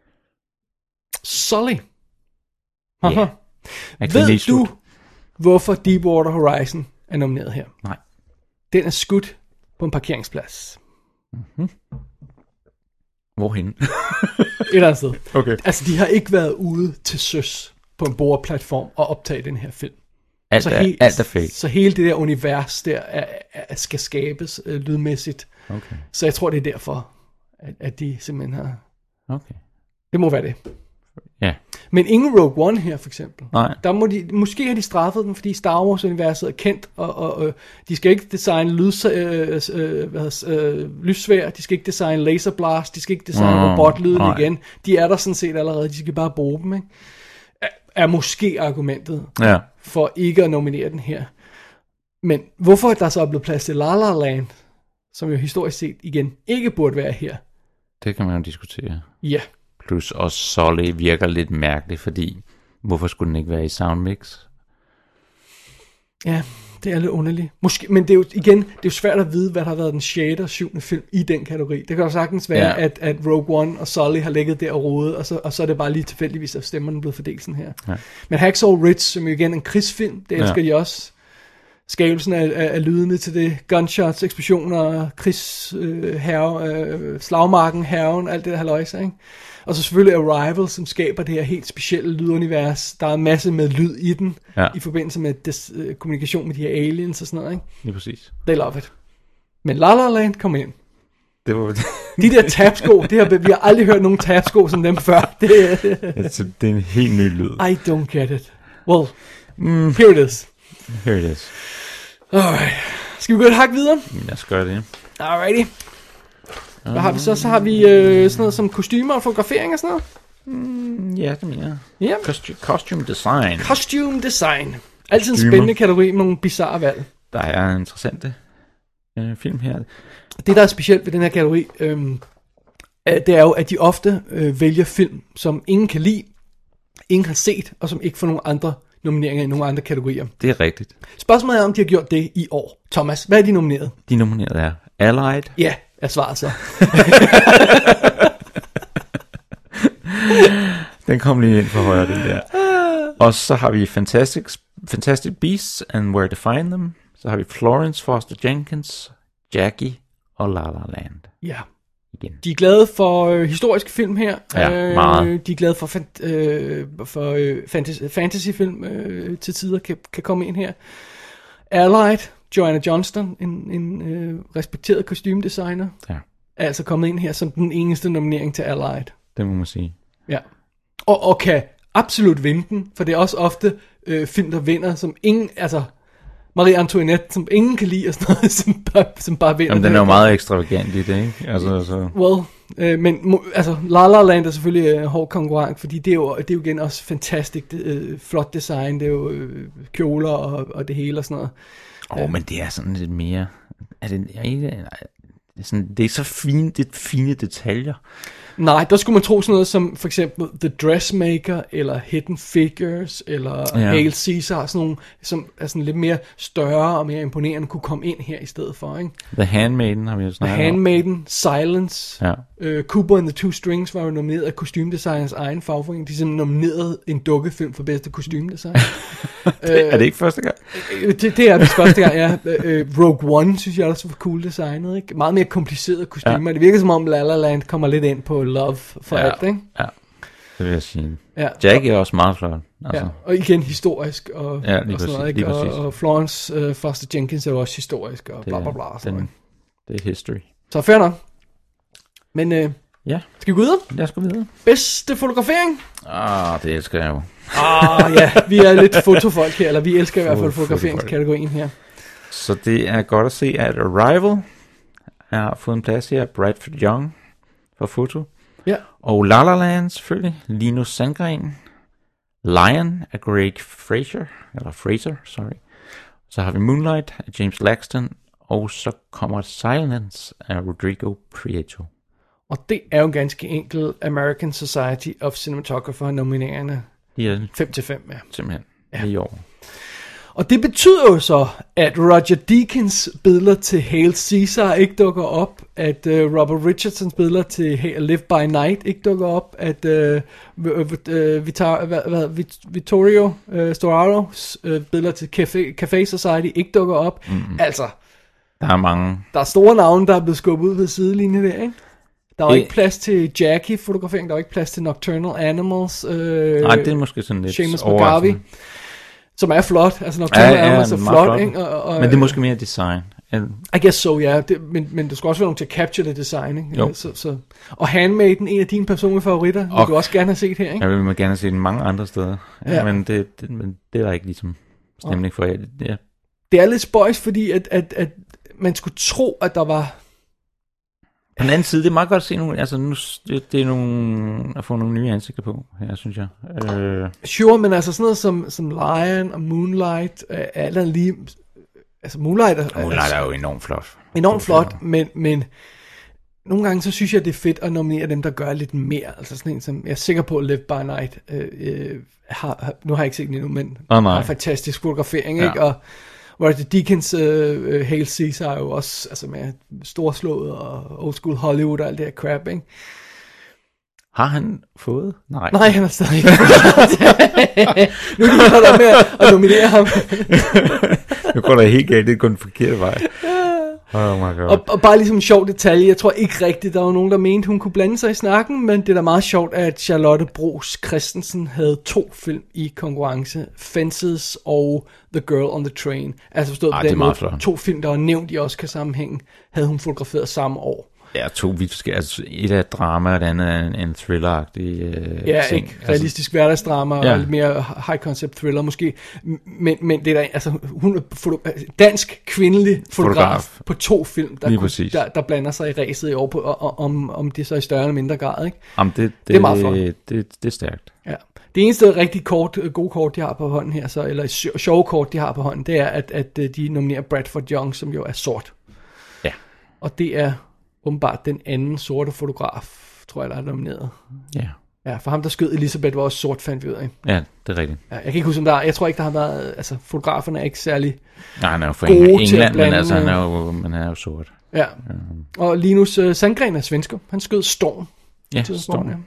Sully. Ja. Aha. af Clint Ved Eastwood. du, hvorfor Deepwater Horizon er nomineret her? Nej. Den er skudt på en parkeringsplads. Hvorhen? Et eller andet sted. Okay. Altså, de har ikke været ude til søs på en boreplatform og optage den her film. Alt, Så, er, he- alt er fake. så hele det der univers der er, er, skal skabes øh, lydmæssigt. Okay. Så jeg tror, det er derfor, at, at de simpelthen har... Okay. Det må være det. Ja. Men ingen Rogue One her, for eksempel. Nej. Der må de, måske har de straffet den, fordi Star Wars-universet er kendt, og, og, og de skal ikke designe lyds, øh, øh, hvad hedder, øh, lyssvær, de skal ikke designe laserblast, de skal ikke designe Mm, robotlyden nej. igen. De er der sådan set allerede, de skal bare bruge dem, ikke? Er, er måske argumentet Ja. for ikke at nominere den her. Men hvorfor der så er blevet plads til La La Land, som jo historisk set igen ikke burde være her? Det kan man jo diskutere. Ja, Plus også Sully virker lidt mærkeligt, fordi hvorfor skulle den ikke være i Soundmix? ja, det er lidt underligt. Måske, men det er jo igen, det er jo svært at vide, hvad der har været den sjette og syvende film i den kategori. Det kan jo sagtens være, Ja. at, at Rogue One og Sully har ligget der og rodet, og så, og så er det bare lige tilfældigvis, at stemmerne blevet fordelt sådan her. Ja. Men Hacksaw Ridge, som jo igen er en krigsfilm, det elsker Ja. de også. Skabelsen af, af, af lydene til det, gunshots, eksplosioner, krigs, øh, herre, øh, slagmarken, herren, alt det der halløjse, ikke? Og så selvfølgelig Arrival, som skaber det her helt specielle lydunivers. Der er en masse med lyd i den, Ja. i forbindelse med des, øh, kommunikation med de her aliens og sådan noget, ikke? Lige præcis. They love it. Men La La Land kom ind. Det var De der tabsko, det har, vi har aldrig hørt nogen tabsko som dem før. Det, altså, det er en helt ny lyd. I don't get it. Well, mm. here it is. Here it is. Alright. Skal vi gå et hak videre? Lad os gøre det. Alrighty. Hvad har vi så? Så har vi øh, sådan noget som kostymer og fotografering og sådan noget. Ja, det mener jeg. Ja. Costume, costume design. Costume design. Altid en Kostymer. spændende kategori med nogle bizarre valg. Der er interessante øh, film her. Det, der er specielt ved den her kategori, øhm, øh, det er jo, at de ofte øh, vælger film, som ingen kan lide, ingen har set, og som ikke får nogle andre nomineringer i nogle andre kategorier. Det er rigtigt. Spørgsmålet er, om de har gjort det i år. Thomas, hvad er de nomineret? De nominerede er Allied, Ja, er svaret så. den kom lige ind for højre, den der. Og så har vi Fantastic, Fantastic Beasts and Where to Find Them. Så har vi Florence Foster Jenkins, Jackie og La La Land Ja. igen. De er glade for øh, historiske film her. Ja, meget. De er glade for, fant- øh, for øh, fantasy, fantasyfilm øh, til tider kan, kan komme ind her. Allied, Joanna Johnston, en, en øh, respekteret kostymedesigner, Ja. er altså kommet ind her som den eneste nominering til Allied. Det må man sige. Ja. Og, og kan absolut vinde den, for det er også ofte øh, film, der vinder, som ingen, altså Marie Antoinette, som ingen kan lide, og sådan noget, som bare, som bare vinder. Jamen, den er jo meget ekstravagant i det, ikke? Altså, så... Well, øh, men må, altså, La La Land er selvfølgelig øh, hård konkurrent, fordi det er jo, det er jo igen også fantastisk, øh, flot design, det er jo øh, kjoler og, og det hele og sådan noget. Åh, oh, men det er sådan lidt mere... Er det, er det, det, er sådan, det er så fine, det er fine detaljer. Nej, der skulle man tro sådan noget som for eksempel The Dressmaker, eller Hidden Figures, eller Ja. Hail Caesar, sådan nogle, som er sådan lidt mere større og mere imponerende, kunne komme ind her i stedet for, ikke? The Handmaiden har vi jo The snakket om. Handmaiden, Silence, Ja. øh, Cooper and the Two Strings var jo nomineret af kostymedesigners egen fagforening. De simpelthen nomineret en dukkefilm for bedste kostymedesign. det, er det ikke første gang? Øh, det, det er det første gang, ja. Øh, Rogue One, synes jeg også var cool designet, ikke? Meget mere kompliceret kostymer. Ja. Det virker som om La La Land kommer lidt ind på love for Ja. alt, ikke? Ja, det vil jeg sige. Ja. Jack er også meget flot. Altså. Ja, og igen historisk og, Ja, lige og sådan noget, præcis, ikke? lige Og, præcis. og Florence uh, Foster Jenkins er jo også historisk og bla bla bla. og sådan den, noget. det er history. Så fair nok. Men øh, Ja, skal vi gå videre? lad os gå videre. Bedste fotografering? Ah, det elsker jeg jo. Ah ja, vi er lidt fotofolk her, eller vi elsker i hvert fald Fo- fotograferingskategorien her. Så det er godt at se, at Arrival har fået en plads her. Bradford Young for foto. Ja. Og La La Land selvfølgelig. Linus Sandgren. Lion af Greg Fraser. Eller Fraser, sorry. Så har vi Moonlight af James Laxton. Og så kommer Silence af Rodrigo Prieto. Og det er jo ganske enkelt American Society of Cinematographer nomineringerne De er fem til fem, ja. simpelthen ja. i år. Og det betyder jo så, at Roger Deakins billeder til Hail Caesar ikke dukker op, at uh, Robert Richardsons billeder til Hey, Live by Night ikke dukker op, at uh, uh, Vitar, hvad, hvad, Vittorio uh, Storaros uh, billeder til Café, Café Society ikke dukker op. Mm-hmm. Altså, Der er mange. der er store navne, der er blevet skubbet ud ved sidelinjen der, ikke? Der var Det- ikke plads til Jackie-fotografering, der var ikke plads til Nocturnal Animals. Øh, Nej, det er måske sådan lidt Seamus overraskende. McGarvey, som er flot. Altså Nocturnal Ja, ja, Animals er den er flot, meget flot. ikke? Og, og, Men det er måske mere design. end- I guess so, ja. Yeah. Det, men, men der skal også være nogen til at capture the design, ikke? Jo. Så, så. Og Handmaiden, en af dine personlige favoritter, vil Og- du også gerne have set her, ikke? Jeg vil gerne se den mange andre steder. Ja, Ja. Men, det, det, men det er der ikke ligesom stemning for. Ja, ja. Det er lidt spøjs, fordi at, at, at man skulle tro, at der var... På den anden side, det er meget godt at se nogle, altså nu, det, det er nogle, at få nogle nye ansigter på, her, synes jeg. Øh, Sure, men altså sådan noget som, som Lion og Moonlight, øh, er alt andet lige... Altså Moonlight er, Moonlight er jo enormt flot. enormt flot, men, men nogle gange så synes jeg, det er fedt at nominere dem, der gør lidt mere. Altså sådan en som, jeg er sikker på, at Live by Night øh, øh, har, har, nu har jeg ikke set den endnu, men Oh, nej. har en fantastisk fotografering, Ja. ikke? Og Roger Deakins øh, øh, Hail Caesar er jo også altså med storslået og old school Hollywood og alt det her crap, ikke? Har han fået? Nej. Nej, han er stadig ikke. Nu er de holdt op med at, at nominere ham. Nu går der helt galt, det går den forkerte vej. Oh my god. Og, og bare ligesom en sjov detalje, jeg tror ikke rigtigt, der var nogen, der mente, hun kunne blande sig i snakken, men det er da meget sjovt, at Charlotte Bros Christensen havde to film i konkurrence, Fences og The Girl on the Train. Altså forstået Ej, på det er den meget måde, flot. to film, der var nævnt i Oscar-sammenhængen, havde hun fotograferet samme år. Ja, to vidt forskellige. Altså, et er drama, og det andet er en, en thriller-agtig øh, Ja, ting. ikke realistisk hverdagsdrama Ja. og lidt mere high concept thriller måske, men, men det er da, altså hun er foto- dansk kvindelig fotograf, Fotograf. på to film, der, Lige kunne, præcis. der, der blander sig i ræset i år, på, og, og, om, om det så er i større eller mindre grad, ikke? Jamen, det, det, Det er meget flot. Det, det, det er stærkt. Ja. Det eneste rigtig kort, gode kort, de har på hånden her, så, eller sj- sjove kort, de har på hånden, det er, at, at de nominerer Bradford Young, som jo er sort. Ja. Og det er åbenbart den anden sorte fotograf, tror jeg, der er nomineret. Ja. Ja, for ham, der skød Elisabeth, var også sort, fandt vi ud af. Ja, det er rigtigt. Ja, jeg kan ikke huske, om der er, jeg tror ikke, der har været, altså fotograferne er ikke særlig, Nej, han er jo fra Gode England, til at England men blande- altså, han er jo, men han er jo sort. ja. Og Linus uh, Sandgren er svensker, han skød Storm. Ja, tidspunkt, Storm. ja.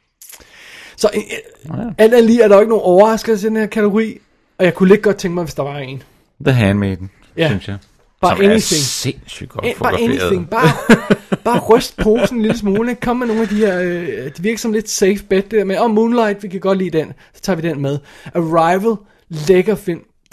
Så øh, Ja. alt andet lige er der jo ikke nogen overraskelse i den her kategori, og jeg kunne lidt godt tænke mig, hvis der var en. The Handmaiden, Ja. synes jeg. Bare Som er anything. sindssygt godt Eh, bare fotograferet. anything. Bare, bare ryst posen en lille smule. ikke? Kom med nogle af de her, øh, det virker som lidt safe bet, det der med, oh, Moonlight, vi kan godt lide den, så tager vi den med. Arrival, lækker film,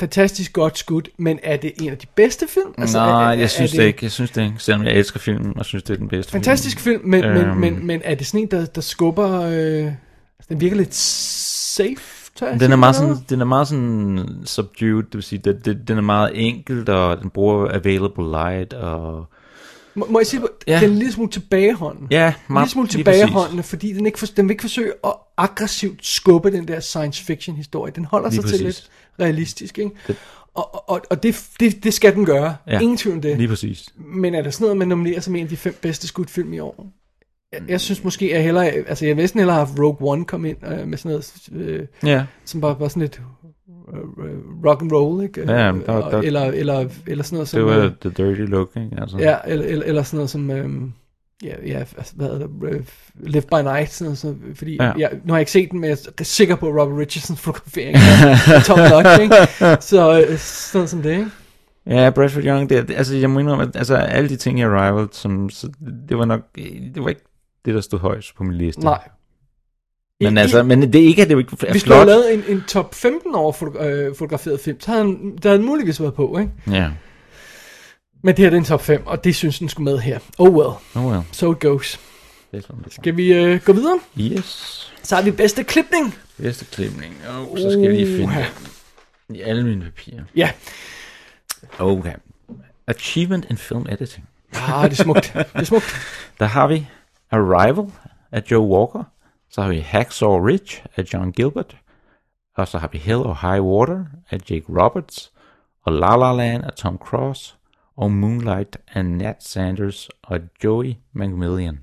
fantastisk godt skudt, men er det en af de bedste film? Altså, er, Nej, er, jeg synes er det ikke. Jeg synes det ikke, selvom jeg elsker filmen, og synes det er den bedste fantastisk film, film men, øhm. men, men, men er det sådan en, der, der skubber... Øh, den virker lidt safe, tør jeg Den sige er, meget noget? sådan, den er meget sådan subdued, det vil sige, det, det, den er meget enkelt, og den bruger available light, og... Må, må jeg sige, Ja. ja. den er en lille smule tilbageholdende. Ja, En meget, lille smule lige tilbageholdende, fordi den, ikke for, den vil ikke forsøge at aggressivt skubbe den der science fiction historie. Den holder Lige sig til præcis. lidt realistisk, ikke? Det- Og, og, og det, det, det skal den gøre. Ja. Ingen tvivl om det. Lige præcis. Men er der sådan noget, man nominerer som en af de fem bedste skudfilm i år? Jeg, jeg synes måske, at jeg hellere... Altså, jeg vil næsten hellere have haft Rogue One komme ind øh, med sådan noget... Øh, Ja, som bare var sådan lidt øh, rock and roll, ikke? Ja, der- der- Og- eller, eller, eller sådan noget som... det var øh, the dirty look, ikke? Altså. Ja, eller, eller, eller sådan noget som, øhm, ja, ja, altså, hvad hedder det, øh, Live by Night, sådan noget, så, fordi, Ja. ja. jeg, nu har jeg ikke set den, men jeg er sikker på, at Robert Richardsons fotografering er top notch, ikke? Så øh, sådan noget som det, ikke? Ja, Bradford Young, det, det, altså jeg må indrømme, at altså, alle de ting i Arrival, som, så, det var nok, det var ikke det, der stod højst på min liste. Nej. Men I, altså, men det er ikke, at det ikke er hvis du flot. havde lavet en, en top femten over foto, øh, fotograferet film, så havde den, der havde den muligvis været på, ikke? Ja, Men det her det er en top fem, og det synes den skulle med her. Oh well, oh well. so it goes. Det er sådan, det er. Skal vi øh, gå videre? Yes. Så har vi bedste klipning. Bedste klipning. Oh, så skal jeg lige finde Uha. den i alle mine papirer. Ja, Okay. Achievement in Film Editing. ah, det er smukt. Det er smukt. Der har vi Arrival af Joe Walker. Så har vi Hacksaw Ridge af John Gilbert. Og så har vi Hell or High Water af Jake Roberts. Og La La Land af Tom Cross. Og Moonlight af Nat Sanders og Joey McMillian.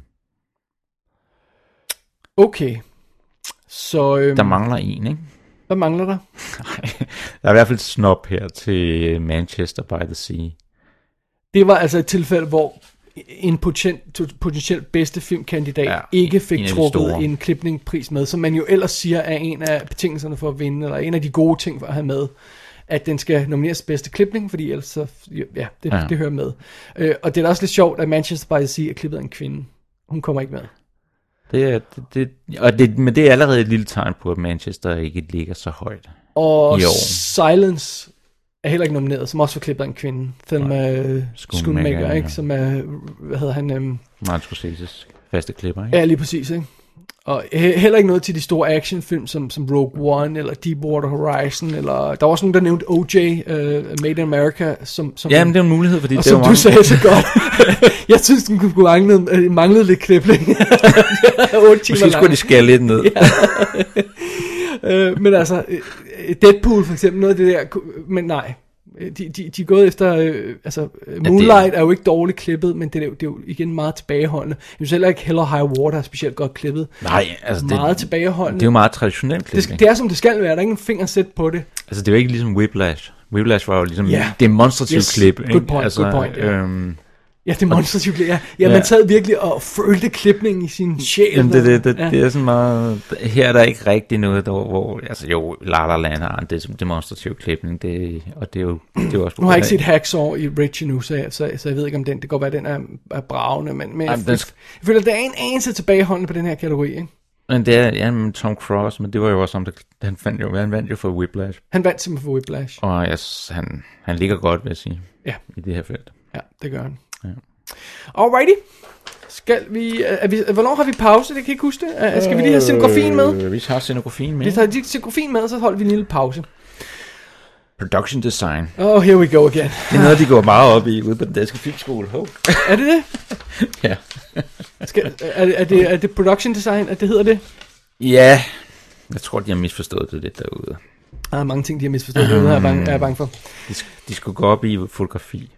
Okay. Så øhm, Der mangler en, ikke? hvad mangler der? Der er i hvert fald snop her til Manchester by the Sea. Det var altså et tilfælde, hvor en potent, potentielt bedste filmkandidat Ja, ja, ikke en fik af de trukket store. en klipningpris med, som man jo ellers siger er en af betingelserne for at vinde, eller en af de gode ting for at have med, at den skal nomineres til bedste klipning, fordi ellers så, ja, det, Ja. ja. det hører med. Øh, og det er da også lidt sjovt, at Manchester by the Sea er klippet af en kvinde. Hun kommer ikke med. Det er, det, det, og det, men det er allerede et lille tegn på, at Manchester ikke ligger så højt. Og Jo. Silence er heller ikke nomineret, som også var klippet af en kvinde. Thelma Schoonmaker, Schoonmaker, ja. ikke? Som er, hvad hedder han? Øhm, Martin Scorsese's faste klipper, ikke? Ja, lige præcis, ikke? Og he- heller ikke noget til de store actionfilm, som, som Rogue One, eller Deepwater Horizon, eller... Der var også nogen, der nævnte O J, uh, Made in America, som... som Ja, men det er en mulighed, fordi og det som er du jo sagde så godt. Jeg synes, den kunne mangle, øh, manglede lidt klipning. otte timer Måske skulle lang. de skære lidt ned. Øh, men altså, øh, Deadpool for eksempel, noget af det der... ku- Men nej, de, de, de er gået efter... Øh, altså, øh, Moonlight er jo ikke dårligt klippet, men det er, jo, det er jo igen meget tilbageholdende. Jeg synes heller ikke Hell or High Water er specielt godt klippet. Nej, altså det, Meget tilbageholdende. det er jo meget traditionelt Det, klipning. skal, det er som det skal være, der er ikke en fingersæt på det. Altså det er jo ikke ligesom Whiplash. Whiplash var jo ligesom Ja. yeah. demonstrativt Yes. klip. Good ikke? point, altså, good point, ja. Øhm, Ja, demonstrativt. Ja, ja, Ja. man sad virkelig og følte klipningen i sin sjæl. Jamen, det, det, det, ja. det er sådan meget... Her er der ikke rigtig noget, der, hvor... Altså jo, La La Land har en des- demonstrativ klipning, det, og det er jo, det er jo også... Nu har jeg ikke set Hacksaw i Rich endnu, så jeg, så, så jeg ved ikke, om den... Det kan godt være, den er, er bravende, men, men Ej, jeg, den sk- jeg føler, at der er en anelse tilbageholdende på den her kategori, ikke? Men det er, ja, men Tom Cross, men det var jo også om, det, han, fandt jo, han vandt jo for Whiplash. Han vandt simpelthen for Whiplash. Og yes, han, han ligger godt, vil jeg sige, Ja. i det her felt. Ja, det gør han. Ja. Alrighty. Skal vi, er vi... Hvornår har vi pause? Det kan jeg ikke huske det. Er, skal vi lige have scenografien med? Øh, Vi har scenografien med. Vi tager lige scenografien med, og så holder vi en lille pause. Production design. Oh, here we go again. Det er noget, de går meget op i ude på den danske filmskole. Ho. Er det det? Ja. Skal, er, det- er, det, er det production design, at det hedder det? Ja, jeg tror, de har misforstået det lidt derude. Der er mange ting, de har misforstået. Det er jeg bange, er jeg bange for. De, sk- de skulle gå op i fotografi.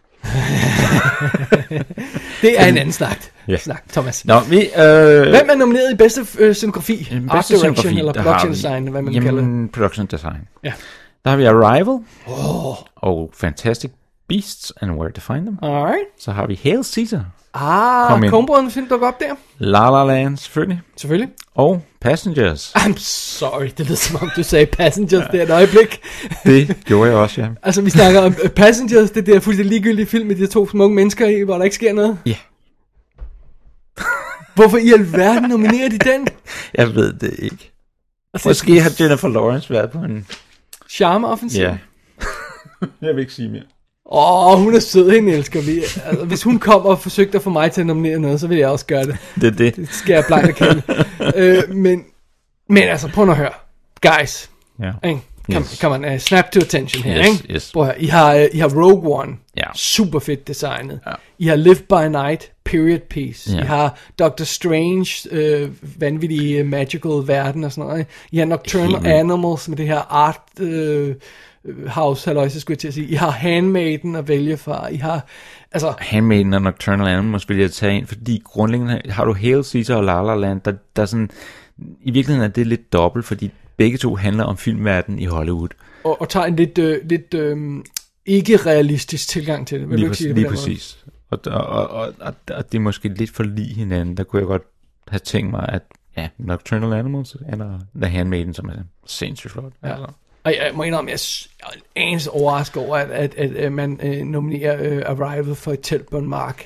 Det er en anden snak. Ja. Snak, Thomas. Nå, vi... Øh, Hvem er nomineret i bedste øh, scenografi? den Art bedste direction scenografi, eller der production har vi- design, hvad man kalder det. Jamen, production design. Ja. Der har vi Arrival. Oh. Og Fantastic Beasts and Where to Find Them. Alright. Så har vi Hail Caesar. Ah, Kom ind. Coen film dukker op der. La La Land, selvfølgelig. Selvfølgelig. Og Passengers. I'm sorry, det lyder som om du sagde Passengers der et øjeblik. Det gjorde jeg også, ja. Altså, vi snakker om uh, Passengers, det der fuldstændig ligegyldige film med de to smukke mennesker i, hvor der ikke sker noget. Ja. Hvorfor i alverden nominerer de den? Jeg ved det ikke. Altså, Måske har Jennifer Lawrence været på en... Charme-offensiv. Ja. Jeg vil ikke sige mere. Åh, oh, hun er sød, hende elsker vi. Altså, hvis hun kom og forsøgte at få mig til at nominere noget, så ville jeg også gøre det. Det er det. Det skal jeg blankt erkende. øh, men, men altså, prøv nu at høre. Guys. Ja. Ikke? Come, Yes. come on, uh, snap to attention her, Yes, ikke? yes. Prøv at høre. I har, uh, I har Rogue One. Ja. Super fedt designet. Ja. I har Live by Night, period piece. Ja. I har Doctor Strange, øh, vanvittige magical verden og sådan noget. Ikke? I har Nocturnal Helt vildt. Animals med det her art øh, house, halløjse, skulle jeg til at sige. I har Handmaiden at vælge fra. I har, altså... Handmaiden og Nocturnal Animals vil jeg tage ind, fordi grundlæggende har du Hail Caesar og La La Land, der, der er sådan... I virkeligheden er det lidt dobbelt, fordi begge to handler om filmverdenen i Hollywood. Og, og tager en lidt, øh, lidt øh, ikke-realistisk tilgang til det. Vil Lige, du ikke præcis, sige det lige på den måde? præcis. Og, og, og, og, og, og det er måske lidt for lige hinanden. Der kunne jeg godt have tænkt mig, at ja, Nocturnal Animals eller The Handmaiden, som er sindssygt flot. Ja. Altså. Og jeg må indrømme, jeg er en anelse overrasket over, at, at, at, at man øh, nominerer øh, Arrival for et telt på en mark.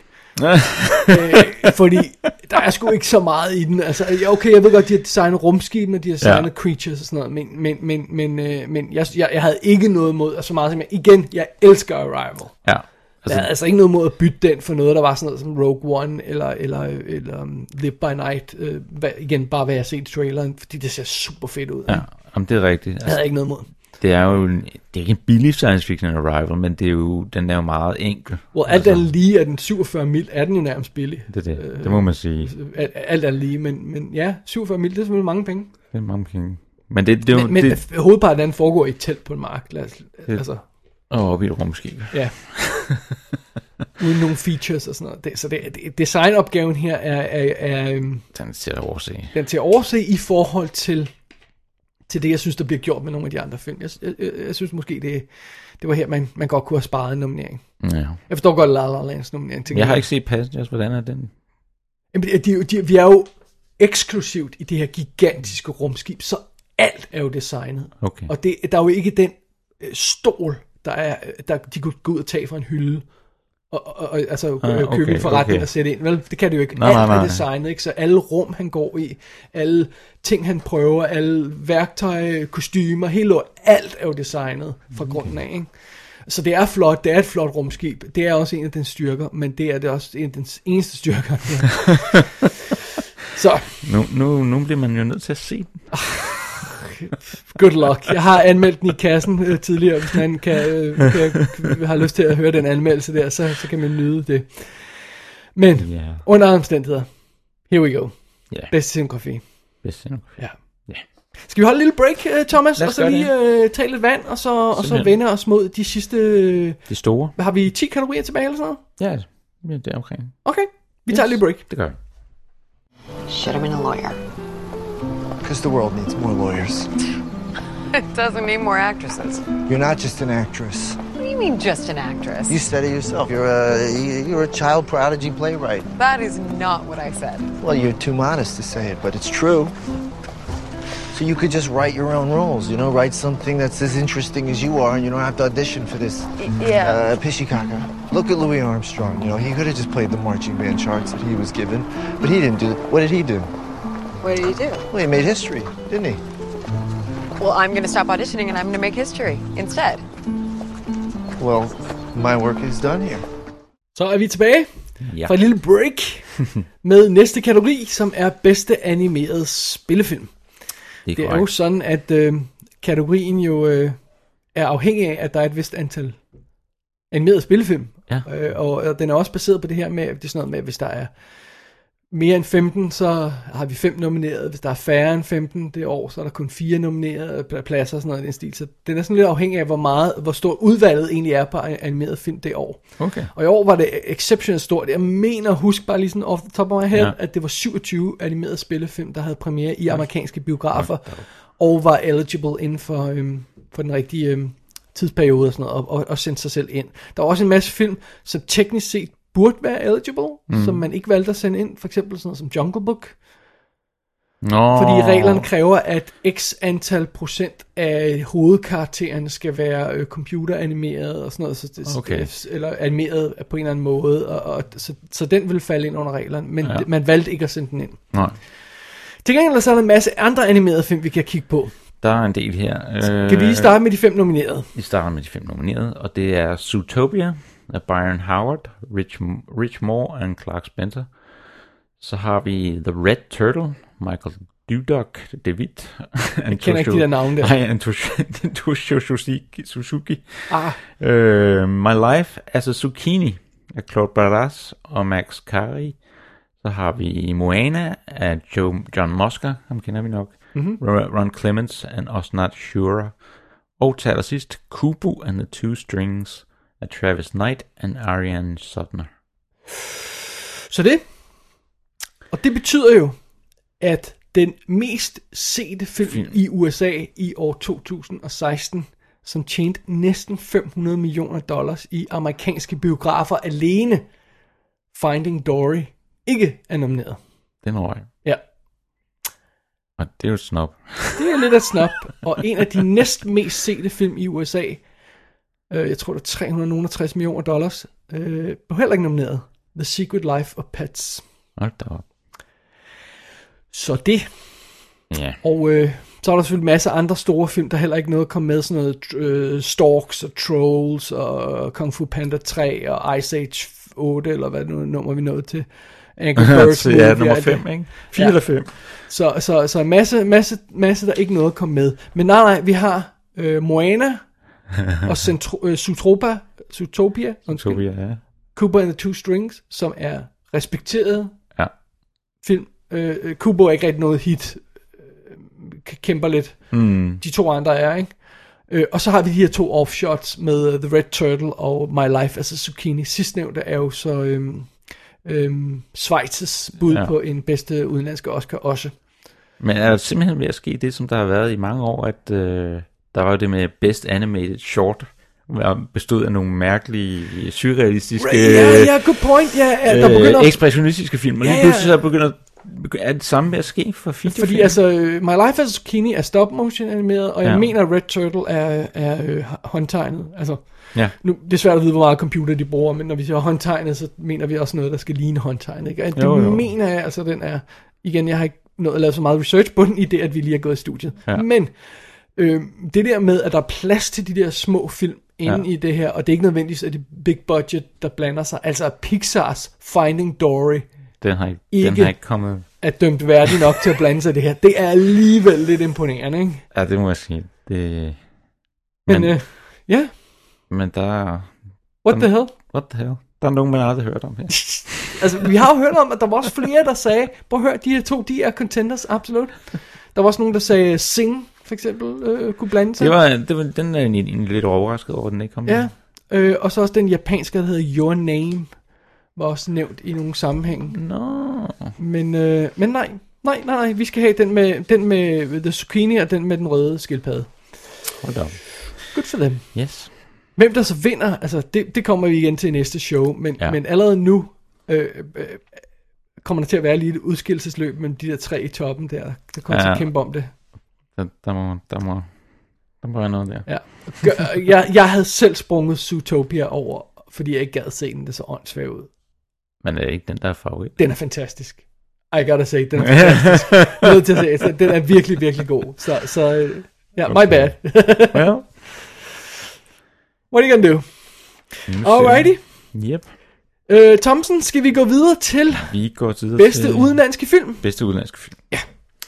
øh, fordi der er sgu ikke så meget i den. Altså, okay, jeg ved godt, de har designet rumskibene, de har designet ja. creatures og sådan noget, men, men, men, men, øh, men jeg, jeg, jeg havde ikke noget mod, altså så meget som jeg, igen, jeg elsker Arrival. Ja. Altså, Altså, jeg havde altså ikke noget mod at bytte den for noget, der var sådan noget som Rogue One, eller, eller, eller um, Live by Night, øh, hvad, igen, bare hvad jeg har set i traileren, fordi det ser super fedt ud. ja, om det er rigtigt. Jeg Altså, havde ikke noget mod. det er jo en, det er ikke en billig science fiction Arrival, men det er jo, den er jo meget enkel. Well, alt andet lige er den syvogfyrre mil, er den jo nærmest billig. Det er det, det må man sige. Alt, alt andet lige, men, men ja, syvogfyrre mil, det er selvfølgelig mange penge. Det er mange penge. Men det, det er jo... Men, men det, hovedparten af den foregår i et telt på en mark. Lad os, altså, og oppe i et rumskib. ja. Uden nogle features og sådan noget. Det, så det, det, designopgaven her er, er, er um, Den til at overse. den til at overse i forhold til, til det, jeg synes, der bliver gjort med nogle af de andre film. Jeg, jeg, jeg, jeg synes måske, det, det var her, man, man godt kunne have sparet en nominering. Ja. Jeg forstår godt La La Lands nominering. Til Jeg har ikke set Passengers, hvordan er den? Jamen, de, de, vi er jo eksklusivt i det her gigantiske rumskib, så alt er jo designet. Okay. Og det, der er jo ikke den øh, stol, der er, der de kunne gå ud og tage fra en hylde, og, og, og altså Ah, ah, okay, købe en forretning okay. og sætte ind. Vel, det kan det jo ikke. Nej, Alt nej, nej, er nej. designet, ikke? Så alle rum, han går i, alle ting, han prøver, alle værktøj, kostymer, hele lort, alt er jo designet fra grunden af, ikke? Så det er flot, det er et flot rumskib. Det er også en af dens styrker, men det er det også en af dens eneste styrker. Så, Nu, nu, nu bliver man jo nødt til at se den. good luck. Jeg har anmeldt den i kassen øh, tidligere, hvis man kan, øh, kan, har lyst til at høre den anmeldelse der, så, så kan man nyde det. Men, Ja. under andre omstændigheder, here we go. Ja. Bedste scenografi. Bedst endnu. Ja. Ja. Skal vi holde en lille break, øh, Thomas, Lad os og så gøre lige øh, tage lidt vand, og så, og så Simpelthen. vende os mod de sidste... Øh, Det store. har vi ti kategorier tilbage eller sådan noget? Ja, ja det er omkring. Okay, vi tager lige break. Det gør vi. Should have been a lawyer. Because the world needs more lawyers. It doesn't need more actresses. You're not just an actress. What do you mean, just an actress? You said it yourself. You're a you're a child prodigy playwright. That is not what I said. Well, you're too modest to say it, but it's true. So you could just write your own roles, you know, write something that's as interesting as you are, and you don't have to audition for this. Yeah. Uh, Pishikaka. Look at Louis Armstrong. You know, he could have just played the marching band charts that he was given, but he didn't do it. What did he do? What did you do? Well, he made history, didn't he? Well, I'm going to stop auditioning and I'm going to make history instead. Well, my work is done here. Så er vi tilbage Ja. fra et lille break med næste kategori, som er bedste animeret spillefilm. Det Det er er jo korrekt. sådan, at øh, kategorien jo øh, er afhængig af, at der er et vist antal animerede spillefilm. Ja. Øh, og, og den er også baseret på det her med, det er sådan noget med, hvis der er mere end femten, så har vi fem nomineret. Hvis der er færre end femten det år, så er der kun fire nominerede pladser og sådan noget i den stil. Så den er sådan lidt afhængig af, hvor meget, hvor stort udvalget egentlig er på animeret film det år. Okay. Og i år var det exceptionelt stort. Jeg mener, husk bare lige sådan off the top of my head, Ja. at det var syvogtyve animerede spillefilm, der havde premiere i amerikanske biografer, og var eligible inden for, øhm, for den rigtige øhm, tidsperiode og sådan noget, og, og, og sendte sig selv ind. Der var også en masse film, som teknisk set burde være eligible, mm. som man ikke valgte at sende ind, for eksempel sådan noget som Jungle Book. Nå. Fordi reglerne kræver, at x antal procent af hovedkaraktererne skal være øh, computeranimeret og sådan noget, så det, Okay. eller animeret på en eller anden måde, og, og, så, så den vil falde ind under reglerne, men Ja. ja. man valgte ikke at sende den ind. Nej. Til gengæld så er der en masse andre animerede film, vi kan kigge på. Der er en del her. Skal vi starte med de fem nominerede? Vi starter med de fem nominerede, og det er Zootopia af Byron Howard, Rich, Rich Moore og Clark Spencer. Så har vi The Red Turtle, Michael Dudok, David. Jeg kender ikke de der navne der. Nej, Antoshio Suzuki. Ah. Uh, My Life as a Zucchini af Claude Barras og Max Cary. Så har vi Moana af Joe, John Musker, ham kender vi nok. Mm-hmm. Ron Clements and Osnat Shura. Og til allersidst Kubo and the Two Strings af Travis Knight and Ariane Sutner. Så det. Og det betyder jo, at den mest sete film, film i U S A i år to tusind og seksten, som tjente næsten fem hundrede millioner dollars i amerikanske biografer alene, Finding Dory, ikke er nomineret. Den røg. Ja. Og det er jo snop. Det er lidt af snop. Og en af de næst mest sete film i U S A, øh, jeg tror det er tre hundrede og tres millioner dollars, øh, blev heller ikke nomineret. The Secret Life of Pets. Hold da op. Så det. Ja. Og øh, så er der selvfølgelig masser af andre store film, der heller ikke noget kom med. Sådan noget øh, Storks og Trolls og Kung Fu Panda tre og Ice Age otte, eller hvad nu nummer vi nåede til. Angry Birds ja, nummer fem, ikke? fire ja. Eller fem. Så, så, så masse, masse, masse, der ikke noget kom med. Men nej, nej, vi har øh, Moana og Centro, øh, Zootopia, Zootopia, Zootopia, ja. Kubo and the Two Strings, som er respekteret ja. film. Øh, Kubo er ikke rigtig noget hit, øh, kæmper lidt. Mm. De to andre er, ikke? Øh, og så har vi de her to offshots med uh, The Red Turtle og My Life as a Zucchini. Sidstnævnte er jo så øhm, øhm, Schweiz's bud ja. på en bedste udenlandske Oscar også. Men er der simpelthen ved at ske det, som der har været i mange år, at øh, der var det med Best Animated Short, bestod af nogle mærkelige, surrealistiske, ja, yeah, yeah, good point, ja, yeah, der begynder øh, ekspressionistiske film, og lige yeah, pludselig så begynder er det samme ved at ske for featurefilm? Fordi altså, My Life as a Zucchini er stop motion animeret, og jeg ja. mener, Red Turtle er, er øh, håndtegnet. Altså, ja. nu, det er svært at vide, hvor meget computer de bruger, men når vi siger håndtegnet, så mener vi også noget, der skal ligne håndtegnet. Ikke? Det jo, jo. mener jeg, altså den er, igen, jeg har ikke nået at lave så meget research på den, i det, at vi lige har gået i studiet. Ja. Men øh, det der med, at der er plads til de der små film inde ja. i det her, og det er ikke nødvendigvis, at det er big budget, der blander sig. Altså Pixars Finding Dory, den har ikke, ikke, den har ikke kommet... er dømt værdig nok til at blande sig i det her. Det er alligevel lidt imponerende, ikke? Ja, det må jeg sige. Det... Men, ja. Uh, yeah. Men der er... What the hell? What the hell? Der er nogen, man aldrig har hørt om her. Altså, vi har jo hørt om, at der var også flere, der sagde, prøv at høre, de her to, de er contenders, absolut. Der var også nogen, der sagde, Sing, for eksempel, øh, kunne blande sig. Det var, det var, den er en, en lidt overrasket over, den ikke kom. Ja, øh, og så også den japanske, der hedder Your Name, var også nævnt i nogle sammenhæng. No. Men, øh, men nej, nej, nej, nej, vi skal have den med, den med The Zucchini og den med den røde skildpadde. Hold da. Good for dem. Yes. Hvem der så vinder, altså det, det kommer vi igen til i næste show, men, ja. men allerede nu øh, øh, kommer der til at være lige et udskillelsesløb mellem de der tre i toppen der, der kommer ja. til at kæmpe om det. Der, der, må, der, må, der må være noget der. Ja. Jeg, jeg havde selv sprunget Zootopia over, fordi jeg ikke gad se den, det så åndssvagt ud. Men er det ikke den, der er favorit? Den er fantastisk. I gotta say, den er fantastisk. Nødt til at se, den er virkelig, virkelig god. Så, så ja, yeah, my bad. Well. What are you gonna do? Alrighty. Yep. Uh, Thomsen, skal vi gå videre til vi går videre bedste til udenlandske film? Bedste udenlandske film. Ja.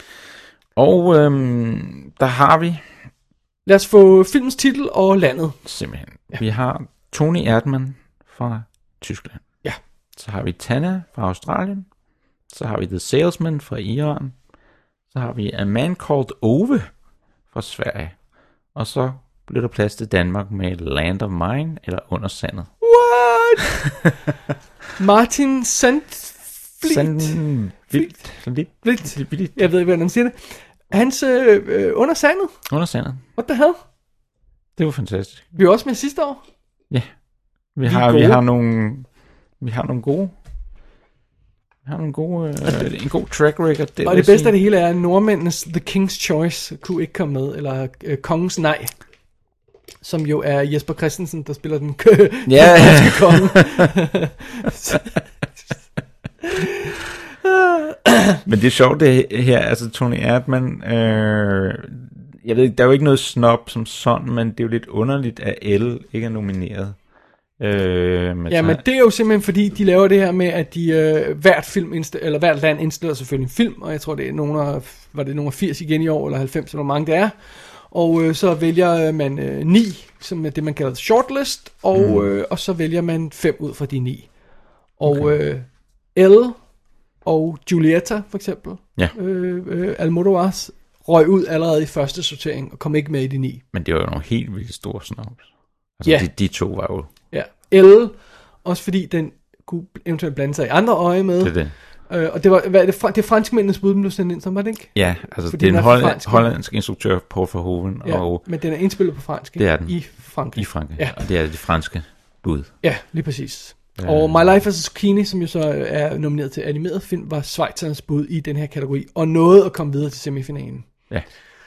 Og øhm, der har vi... Lad os få filmens titel og landet. Simpelthen. Ja. Vi har Tony Erdmann fra Tyskland. Ja. Så har vi Tanna fra Australien. Så har vi The Salesman fra Iran. Så har vi A Man Called Ove fra Sverige. Og så bliver der plads til Danmark med Land of Mine eller Under Sandet. What? Martin Sandflit. Sandflit. Sandflit. Jeg ved ikke, hvordan man siger det. Hans øh, øh, Under Sandet. Under Sandet. What the hell? Det var fantastisk. Vi var også med sidste år. Ja. Vi, vi har vi har nogle vi har nogle gode vi har nogle gode øh, en god track record der. Og det bedste af det hele er nordmændenes The King's Choice kunne ikke komme med, eller øh, Kongens Nej, som jo er Jesper Christensen, der spiller den kø- ja. danske konge. Men det er sjovt det her, altså Tony Erdmann, øh, jeg ved ikke, der er jo ikke noget snob som sådan, men det er jo lidt underligt, at Elle ikke er nomineret. Øh, ja, men det er jo simpelthen fordi, de laver det her med, at de øh, hvert film indst- eller hvert land indstiller selvfølgelig en film, og jeg tror, det er nogle af, var det nogle af firs igen i år, eller halvfems, eller hvor mange det er. Og øh, så vælger man øh, ni, som er det, man kalder shortlist, og, mm. øh, og så vælger man fem ud fra de ni. Og okay. øh, Elle og Julieta, for eksempel, ja. øh, øh, Almodóvar, røg ud allerede i første sortering, og kom ikke med i de ni. Men det var jo nogle helt vildt store snobs. Altså, ja. de, de to var jo... Ja, Elle, også fordi den kunne eventuelt blande sig i andre øje med. Det er det. Øh, og det var hvad er det, det er franskmændenes bud, den blev sendt ind som, var det ikke? Ja, altså fordi det er en er holland, hollandsk instruktør, Paul Verhoeven. Ja, og men den er indspillet på fransk. Det er den. I Frankrig. I Frankrig, ja. Og det er det franske bud. Ja, lige præcis. Ja. Og My Life as a Zucchini, som jo så er nomineret til animeret film, var schweizernes bud i den her kategori, og nåede at komme videre til semifinalen. Ja.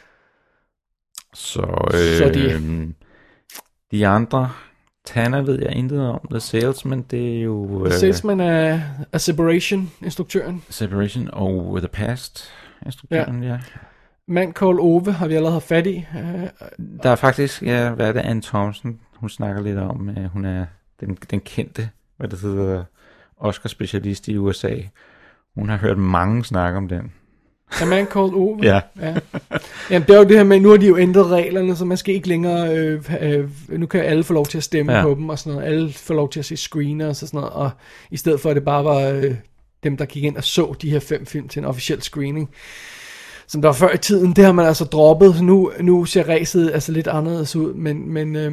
Så, øh, så de... de andre... Tanner ved jeg intet om. The Salesman, det er jo... The Salesman er, er Separation, instruktøren. Separation og The Past, instruktøren, ja. ja. Man Called Ove har vi allerede haft fat i. Der er faktisk, ja, hvad er det, Anne Thompson, hun snakker lidt om, at hun er den, den kendte, hvad det hedder, Oscar-specialist i U S A. Hun har hørt mange snakke om den. A Man Called Ove? Ja. ja. Jamen, det er jo det her med, nu har de jo ændret reglerne, så man skal ikke længere, øh, øh, nu kan alle få lov til at stemme ja. på dem, og sådan noget. Alle får lov til at se screeners og sådan noget, og i stedet for, at det bare var øh, dem, der gik ind og så de her fem film til en officiel screening, som der var før i tiden, det har man altså droppet, så nu, nu ser ræset altså lidt anderledes ud, men... men øh,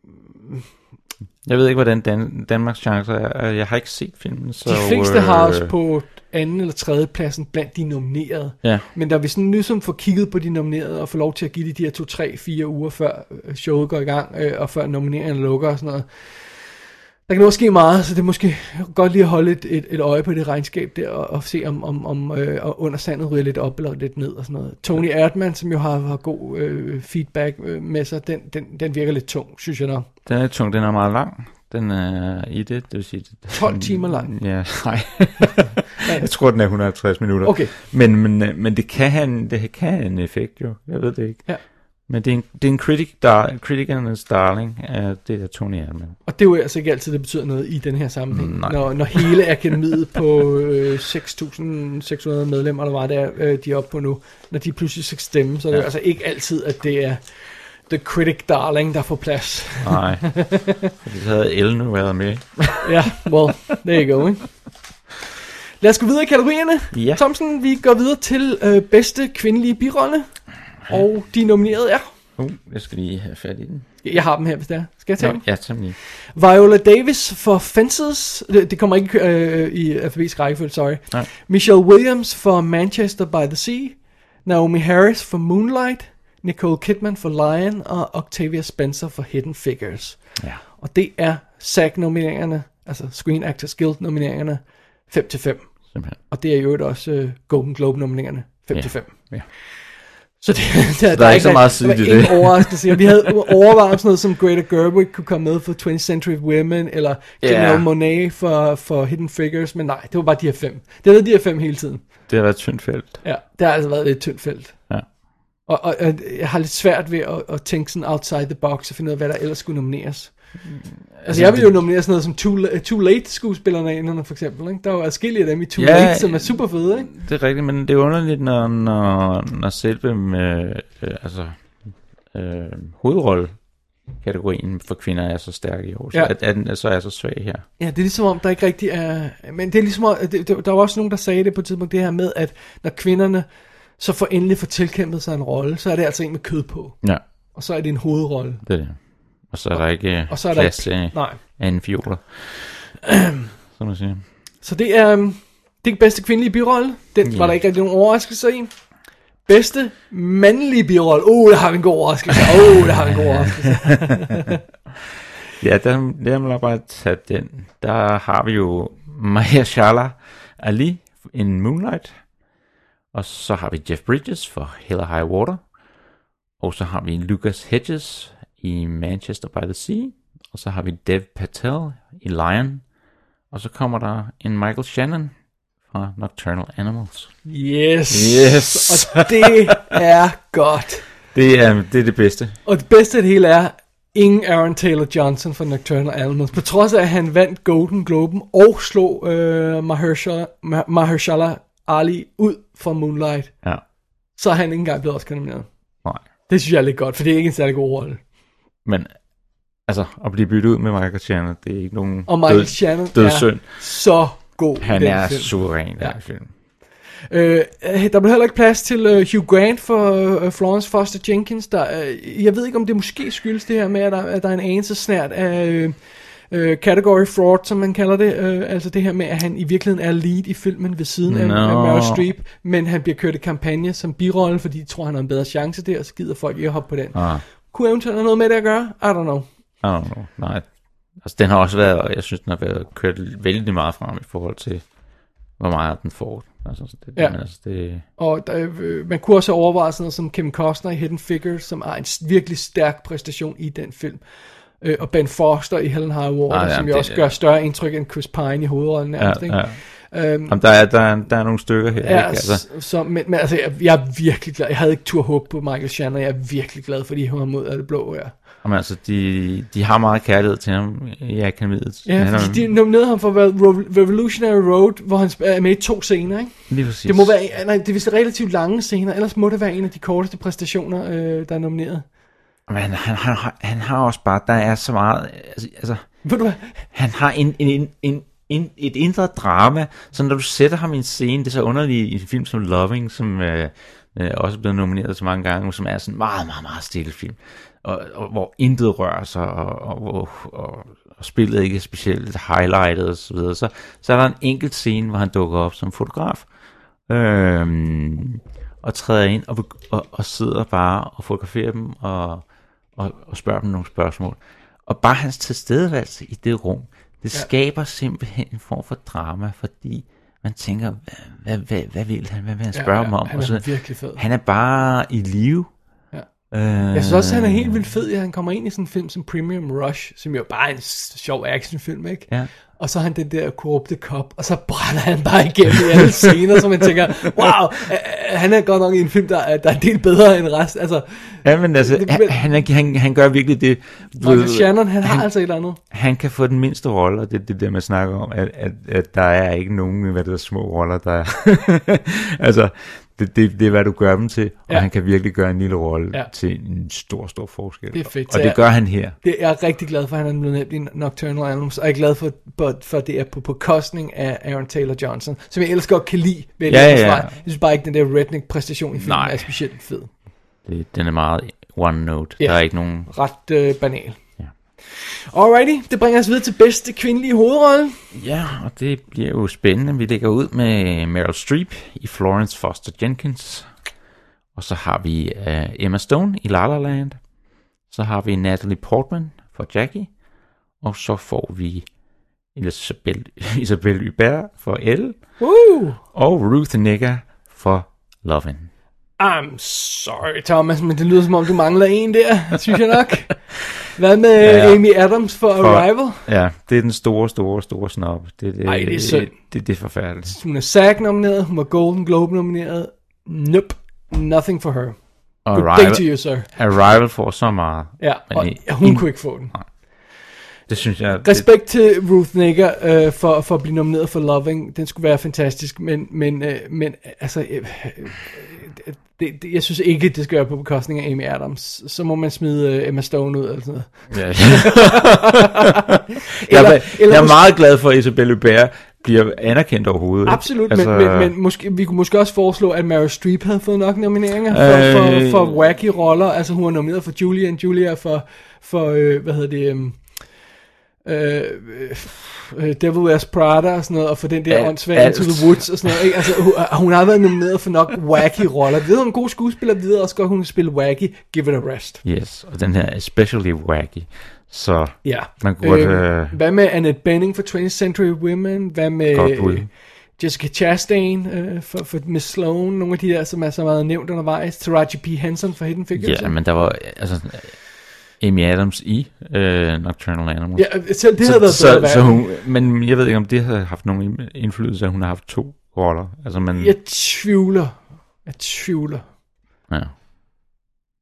jeg ved ikke, hvordan Dan- Danmarks chancer er. Jeg har ikke set filmen, så... De fleste øh... har os på anden eller tredje pladsen blandt de nominerede. Ja. Men da vi sådan ligesom får kigget på de nominerede, og får lov til at give de de her to, tre, fire uger, før showet går i gang, øh, og før nomineringen lukker og sådan noget. Der kan nu ske meget, så det er måske godt lige at holde et, et, et øje på det regnskab der, og, og se om, om, om øh, under sandet ryger lidt op eller lidt ned og sådan noget. Tony Erdmann, som jo har, har god øh, feedback øh, med sig, den, den, den virker lidt tung, synes jeg nok. Den er tung, den er meget lang. Den er i det, det vil sige... tolv timer lang? Ja, nej. Jeg tror, den er et hundrede og halvtreds minutter. Okay. Men, men, men det kan have en, det kan have en effekt jo, jeg ved det ikke. Ja. Men det er en, det er en critic dar, critikernes darling, af det der Tony Erdmann. Og det er jo altså ikke altid, det betyder noget i den her sammenhæng. Nej. Når, når hele akademiet på øh, seks tusind seks hundrede medlemmer, der var der, øh, de er oppe på nu, når de pludselig skal stemme, så er det ja. altså ikke altid, at det er the critic darling, der får plads. Nej, fordi så havde Elle nu været med. Ja, well, there you go, ikke? Lad os gå videre i kategorierne. Ja. Thomsen, vi går videre til øh, bedste kvindelige birolle. Og de nominerede er... Uh, jeg skal lige have fat i den. Jeg har dem her, hvis det er. Skal jeg tage Nå, dem? ja, tag dem lige. Viola Davis for Fences. Det, det kommer ikke øh, i alfabetisk rækkefølge, sorry. Nej. Michelle Williams for Manchester by the Sea. Naomi Harris for Moonlight. Nicole Kidman for Lion. Og Octavia Spencer for Hidden Figures. Ja. Og det er S A G-nomineringerne, altså Screen Actors Guild-nomineringerne, fem til fem. Simpelthen. Og det er jo også uh, Golden Globe-nomineringerne, fem til fem. Ja. Så, det, det, så der, der er ikke så meget side i det. Der var ingen overraskelse. Vi havde overvejet sådan noget som Greta Gerwig kunne komme med for twentieth Century Women, eller Janelle yeah. Monáe for, for Hidden Figures, men nej, det var bare de her fem. Det har været de her fem hele tiden. Det har været et tyndt felt. Ja, det har altså været et tyndt felt. Ja. Og, og, og jeg har lidt svært ved at, at tænke sådan outside the box, og finde ud af, hvad der ellers skulle nomineres. Altså jeg vil jo nominere sådan noget som Too, Too Late skuespillerne for eksempel, ikke? Der er jo adskillige af dem i Too ja, Late, som er super fede, ikke? Det er rigtigt, men det er underligt, når, når, når selve med, øh, altså, øh, hovedrollekategorien for kvinder er så stærk i år, så, ja. at, at den så er så svag her. Ja, det er ligesom om, der ikke rigtig er... Men det er ligesom om, det, der var også nogen, der sagde det på et tidspunkt, det her med, at når kvinderne så får endelig får tilkæmpet sig en rolle, så er det altså en med kød på. Ja. Og så er det en hovedrolle. Det er det. Og så er der ikke og så er plads til anden fioler. Som man siger. Så det er um, det bedste kvindelige birolle. Den yeah. var der ikke rigtig nogen overraskelse i. Bedste mandlige birolle. Åh, oh, der har vi en god overraskelse. Åh, oh, der har vi en god overraskelse. Ja, der, der må jeg bare tage den. Der har vi jo Mahershala Ali in Moonlight. Og så har vi Jeff Bridges for Hell or High Water. Og så har vi Lucas Hedges i Manchester by the Sea, og så har vi Dev Patel i Lion, og så kommer der en Michael Shannon fra Nocturnal Animals. Yes! Yes! Og det er godt. Det er, det er det bedste. Og det bedste af det hele er, ingen Aaron Taylor Johnson for Nocturnal Animals. På trods af, at han vandt Golden Globen og slog øh, Mahershala, Mahershala Ali ud fra Moonlight, Ja. så er han ikke engang blevet Oscar-nomineret. Nej. Det synes jeg er lidt godt, for det er ikke en særlig god rolle. Men altså, at blive byttet ud med Michael Shannon, det er ikke nogen Og Michael død, Shannon død er synd. så god. Han i den er film. suveræn, Ja. den film. Øh, der blev heller ikke plads til uh, Hugh Grant for uh, Florence Foster Jenkins. Der, uh, jeg ved ikke, om det måske skyldes det her med, at der, at der er en anelse snært af uh, uh, category fraud, som man kalder det. Uh, altså det her med, at han i virkeligheden er lead i filmen ved siden af, No. af Meryl Streep, men han bliver kørt i kampagne som birolle, fordi de tror, han har en bedre chance der, og så gider folk ikke at hoppe på den. Ah. Kunne eventuelt have noget med det at gøre? I don't know. I don't know. Nej. Altså, den har også været, jeg synes, den har været kørt vældig meget frem i forhold til, hvor meget den får. Altså, så det, Ja. men altså, det, Og der, øh, man kunne også have overvejet sådan noget som Kevin Costner i Hidden Figures, som er en s- virkelig stærk præstation i den film. Øh, og Ben Foster i Helen High Water, Ah, ja, som jo det- også gør større indtryk end Chris Pine i hovedrollen nærmest, ja, ikke? ja. Øhm, Jamen, der, er, der, er, der er nogle stykker her. ja, ikke? Altså, så, så, men, men altså, jeg, jeg er virkelig glad. Jeg havde ikke tur håb på Michael Shannon, jeg er virkelig glad, fordi hun er mod af det blå her. jamen, altså de, de har meget kærlighed til ham i akademiet. Ja, Han er- fordi de nominerede ham for Re- Revolutionary Road, hvor han sp- er med i to scener, ikke? Lige præcis. Det må være, nej, det er vist relativt lange scener, ellers må det være en af de korteste præstationer, øh, der er nomineret. Men han, han, han, har- han har også bare, der er så meget, altså, altså Ved du hvad? han har en, en, en, en, en, et indre drama, så når du sætter ham i en scene, det er så underligt i en film som Loving, som øh, øh, også er blevet nomineret så mange gange, som er sådan en meget, meget, meget stille film, og, og hvor intet rører sig, og, og, og, og, og spillet ikke er specielt highlightet og så videre, så, så er der en enkelt scene, hvor han dukker op som fotograf, øhm, og træder ind og, og, og sidder bare og fotograferer dem, og, og, og spørger dem nogle spørgsmål. Og bare hans tilstedeværelse i det rum, det ja. skaber simpelthen en form for drama, fordi man tænker, hvad, hvad, hvad, hvad vil han, hvad vil han spørge ja, ham om? han Og er så, virkelig fed. han er bare i live. Ja. Øh, Jeg synes også, han er helt vildt fed, at han kommer ind i sådan en film som Premium Rush, som jo bare er en s- sjov actionfilm, ikke? Ja. Og så har han den der korrupte kop, og så brænder han bare igennem i alle scener, så man tænker, wow, øh, han er godt nok i en film, der er, der er en del bedre end resten. Altså, Ja, men altså, det- han, han, er- han, han gør virkelig det. du Michael ved, Shannon, han har altså et eller andet. Han kan få den mindste rolle, og det er det, der, man snakker om, at, at, at der er ikke nogen, hvad det er, små roller, der er. altså, det, det, det er, hvad du gør dem til, og Ja. han kan virkelig gøre en lille rolle Ja. til en stor, stor forskel. Det er fedt. Og Så det jeg- gør han her. Det jeg er rigtig glad for, at han er blevet nævnt i Nocturnal Animals, og jeg er glad for, for, for det er på bekostning af Aaron Taylor Johnson, som jeg ellers godt kan lide. Ved Ja, ja, ja. Jeg synes bare ikke, den der redneck-præstation i filmen Nej. er specielt fed. Det, den er meget one note. Ja. Der er ikke nogen... Ret øh, banal. Ja. Alrighty, det bringer os videre til bedste kvindelige hovedrolle. Ja, og det bliver jo spændende. Vi lægger ud med Meryl Streep i Florence Foster Jenkins. Og så har vi uh, Emma Stone i La La Land. Så har vi Natalie Portman for Jackie. Og så får vi Isabelle, Isabelle Huppert for Elle. Woo! Og Ruth Negga for Lovin'. I'm sorry, Thomas, men det lyder som om, du mangler en der, synes jeg nok. Hvad med Ja. ja. Amy Adams for, for Arrival? Ja, det er den store, store, store snob. Det, det, Ej, det er synd. Det, det, det er forfærdeligt. Hun er SAG nomineret, hun var Golden Globe nomineret. Nope, nothing for her. Og Good day Arrival, to you, sir. Arrival får så meget. Ja, Men og i- hun in- kunne ikke få den. Det synes jeg... Det, Respekt til Ruth Negga øh, for, for at blive nomineret for Loving. Den skulle være fantastisk, men, men, øh, men altså, øh, øh, det, det, jeg synes ikke, det skal være på bekostning af Amy Adams. Så må man smide øh, Emma Stone ud eller sådan noget. ja. Eller- jeg, eller jeg er mås- meget glad for, at Isabelle Huppert bliver anerkendt overhovedet. Absolut, Altså, men, men, men måske, vi kunne måske også foreslå, at Meryl Streep havde fået nok nomineringer for, Øh. for, for wacky roller. Altså hun var nomineret for Julia and Julia for, for øh, hvad hedder det... Um, Øh, øh, Devil Wears Prada og sådan noget, og for den der Alt- åndssvage alt. Into the Woods og sådan noget, ikke? Altså, hun, hun har været nomineret for nok wacky roller. Vi ved, om en god skuespiller, vi ved også godt, hun kan spille wacky. Give it a rest. Yes, og den her er especially wacky. Så Ja. man kunne godt... Øh, Hvad med Annette Bening for twentieth Century Women? Hvad med Godt bud. Jessica Chastain øh, for, for Miss Sloan? Nogle af de der, som er så meget nævnt undervejs. Taraji P. Henson for Hidden Figures. ja, men der var... Altså, Amy Adams i øh, Nocturnal Animals. Ja, selv det havde været så, bedre så, så værd. hun, men jeg ved ikke, om det har haft nogen indflydelse, at hun har haft to roller. Altså, man, Jeg tvivler. Jeg tvivler. ja.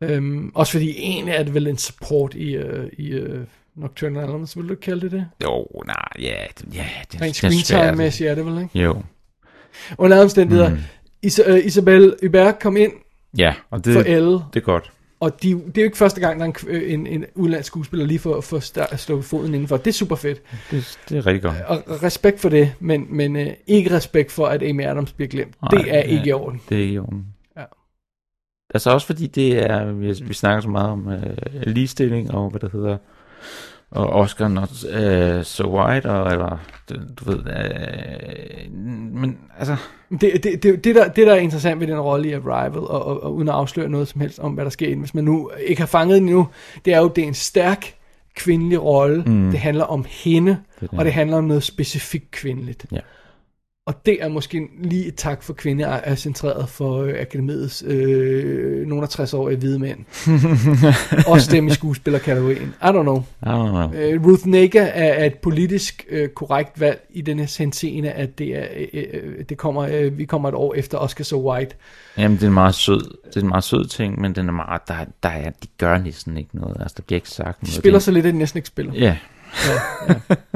Øhm, også fordi egentlig er det vel en support i, uh, i uh, Nocturnal Animals, vil du kalde det det? Jo, nej, ja, ja, det, Rent det er svært. screentime-mæssigt er det vel, ikke? Jo. Under alle omstændigheder, Mm. Is- uh, Isabelle Hubert kom ind Ja, og det, for Elle, det er godt. og de, det er jo ikke første gang, der er en, en, en udenlandsk skuespiller lige for at få slået foden indenfor. Det er super fedt. Det, det er rigtig godt. Og respekt for det, men, men uh, ikke respekt for, at Amy Adams bliver glemt. Nej, det er ja, ikke i orden. Det er ikke i orden. Ja. Altså også fordi det er, vi, vi snakker så meget om øh, ligestilling og hvad det hedder, og Oscar not øh, so white, og eller, du ved, øh, men altså... Det, det, det, det, der, det, der er interessant ved den rolle i Arrival, og, og, og uden at afsløre noget som helst om, hvad der sker inden, hvis man nu ikke har fanget den endnu, det er jo, det er en stærk kvindelig rolle. Mm. Det handler om hende, det og det handler om noget specifikt kvindeligt. Ja. Og det er måske lige et tak for kvinder er centreret for øh, akademiets øh, nogle af tres-årige hvide mænd. Også dem i skuespillerkategorien. I don't know. I don't know. Uh, Ruth Negga er, er et politisk øh, korrekt valg i denne henseende, at det er, øh, øh, det kommer, øh, vi kommer et år efter Oscar So White. Jamen, det er en meget sød, det er en meget sød ting, men den er meget, der, der er, de gør næsten ikke noget. Altså, der bliver ikke sagt De noget. spiller det, så lidt, at de næsten ikke spiller. Ja. ja, ja.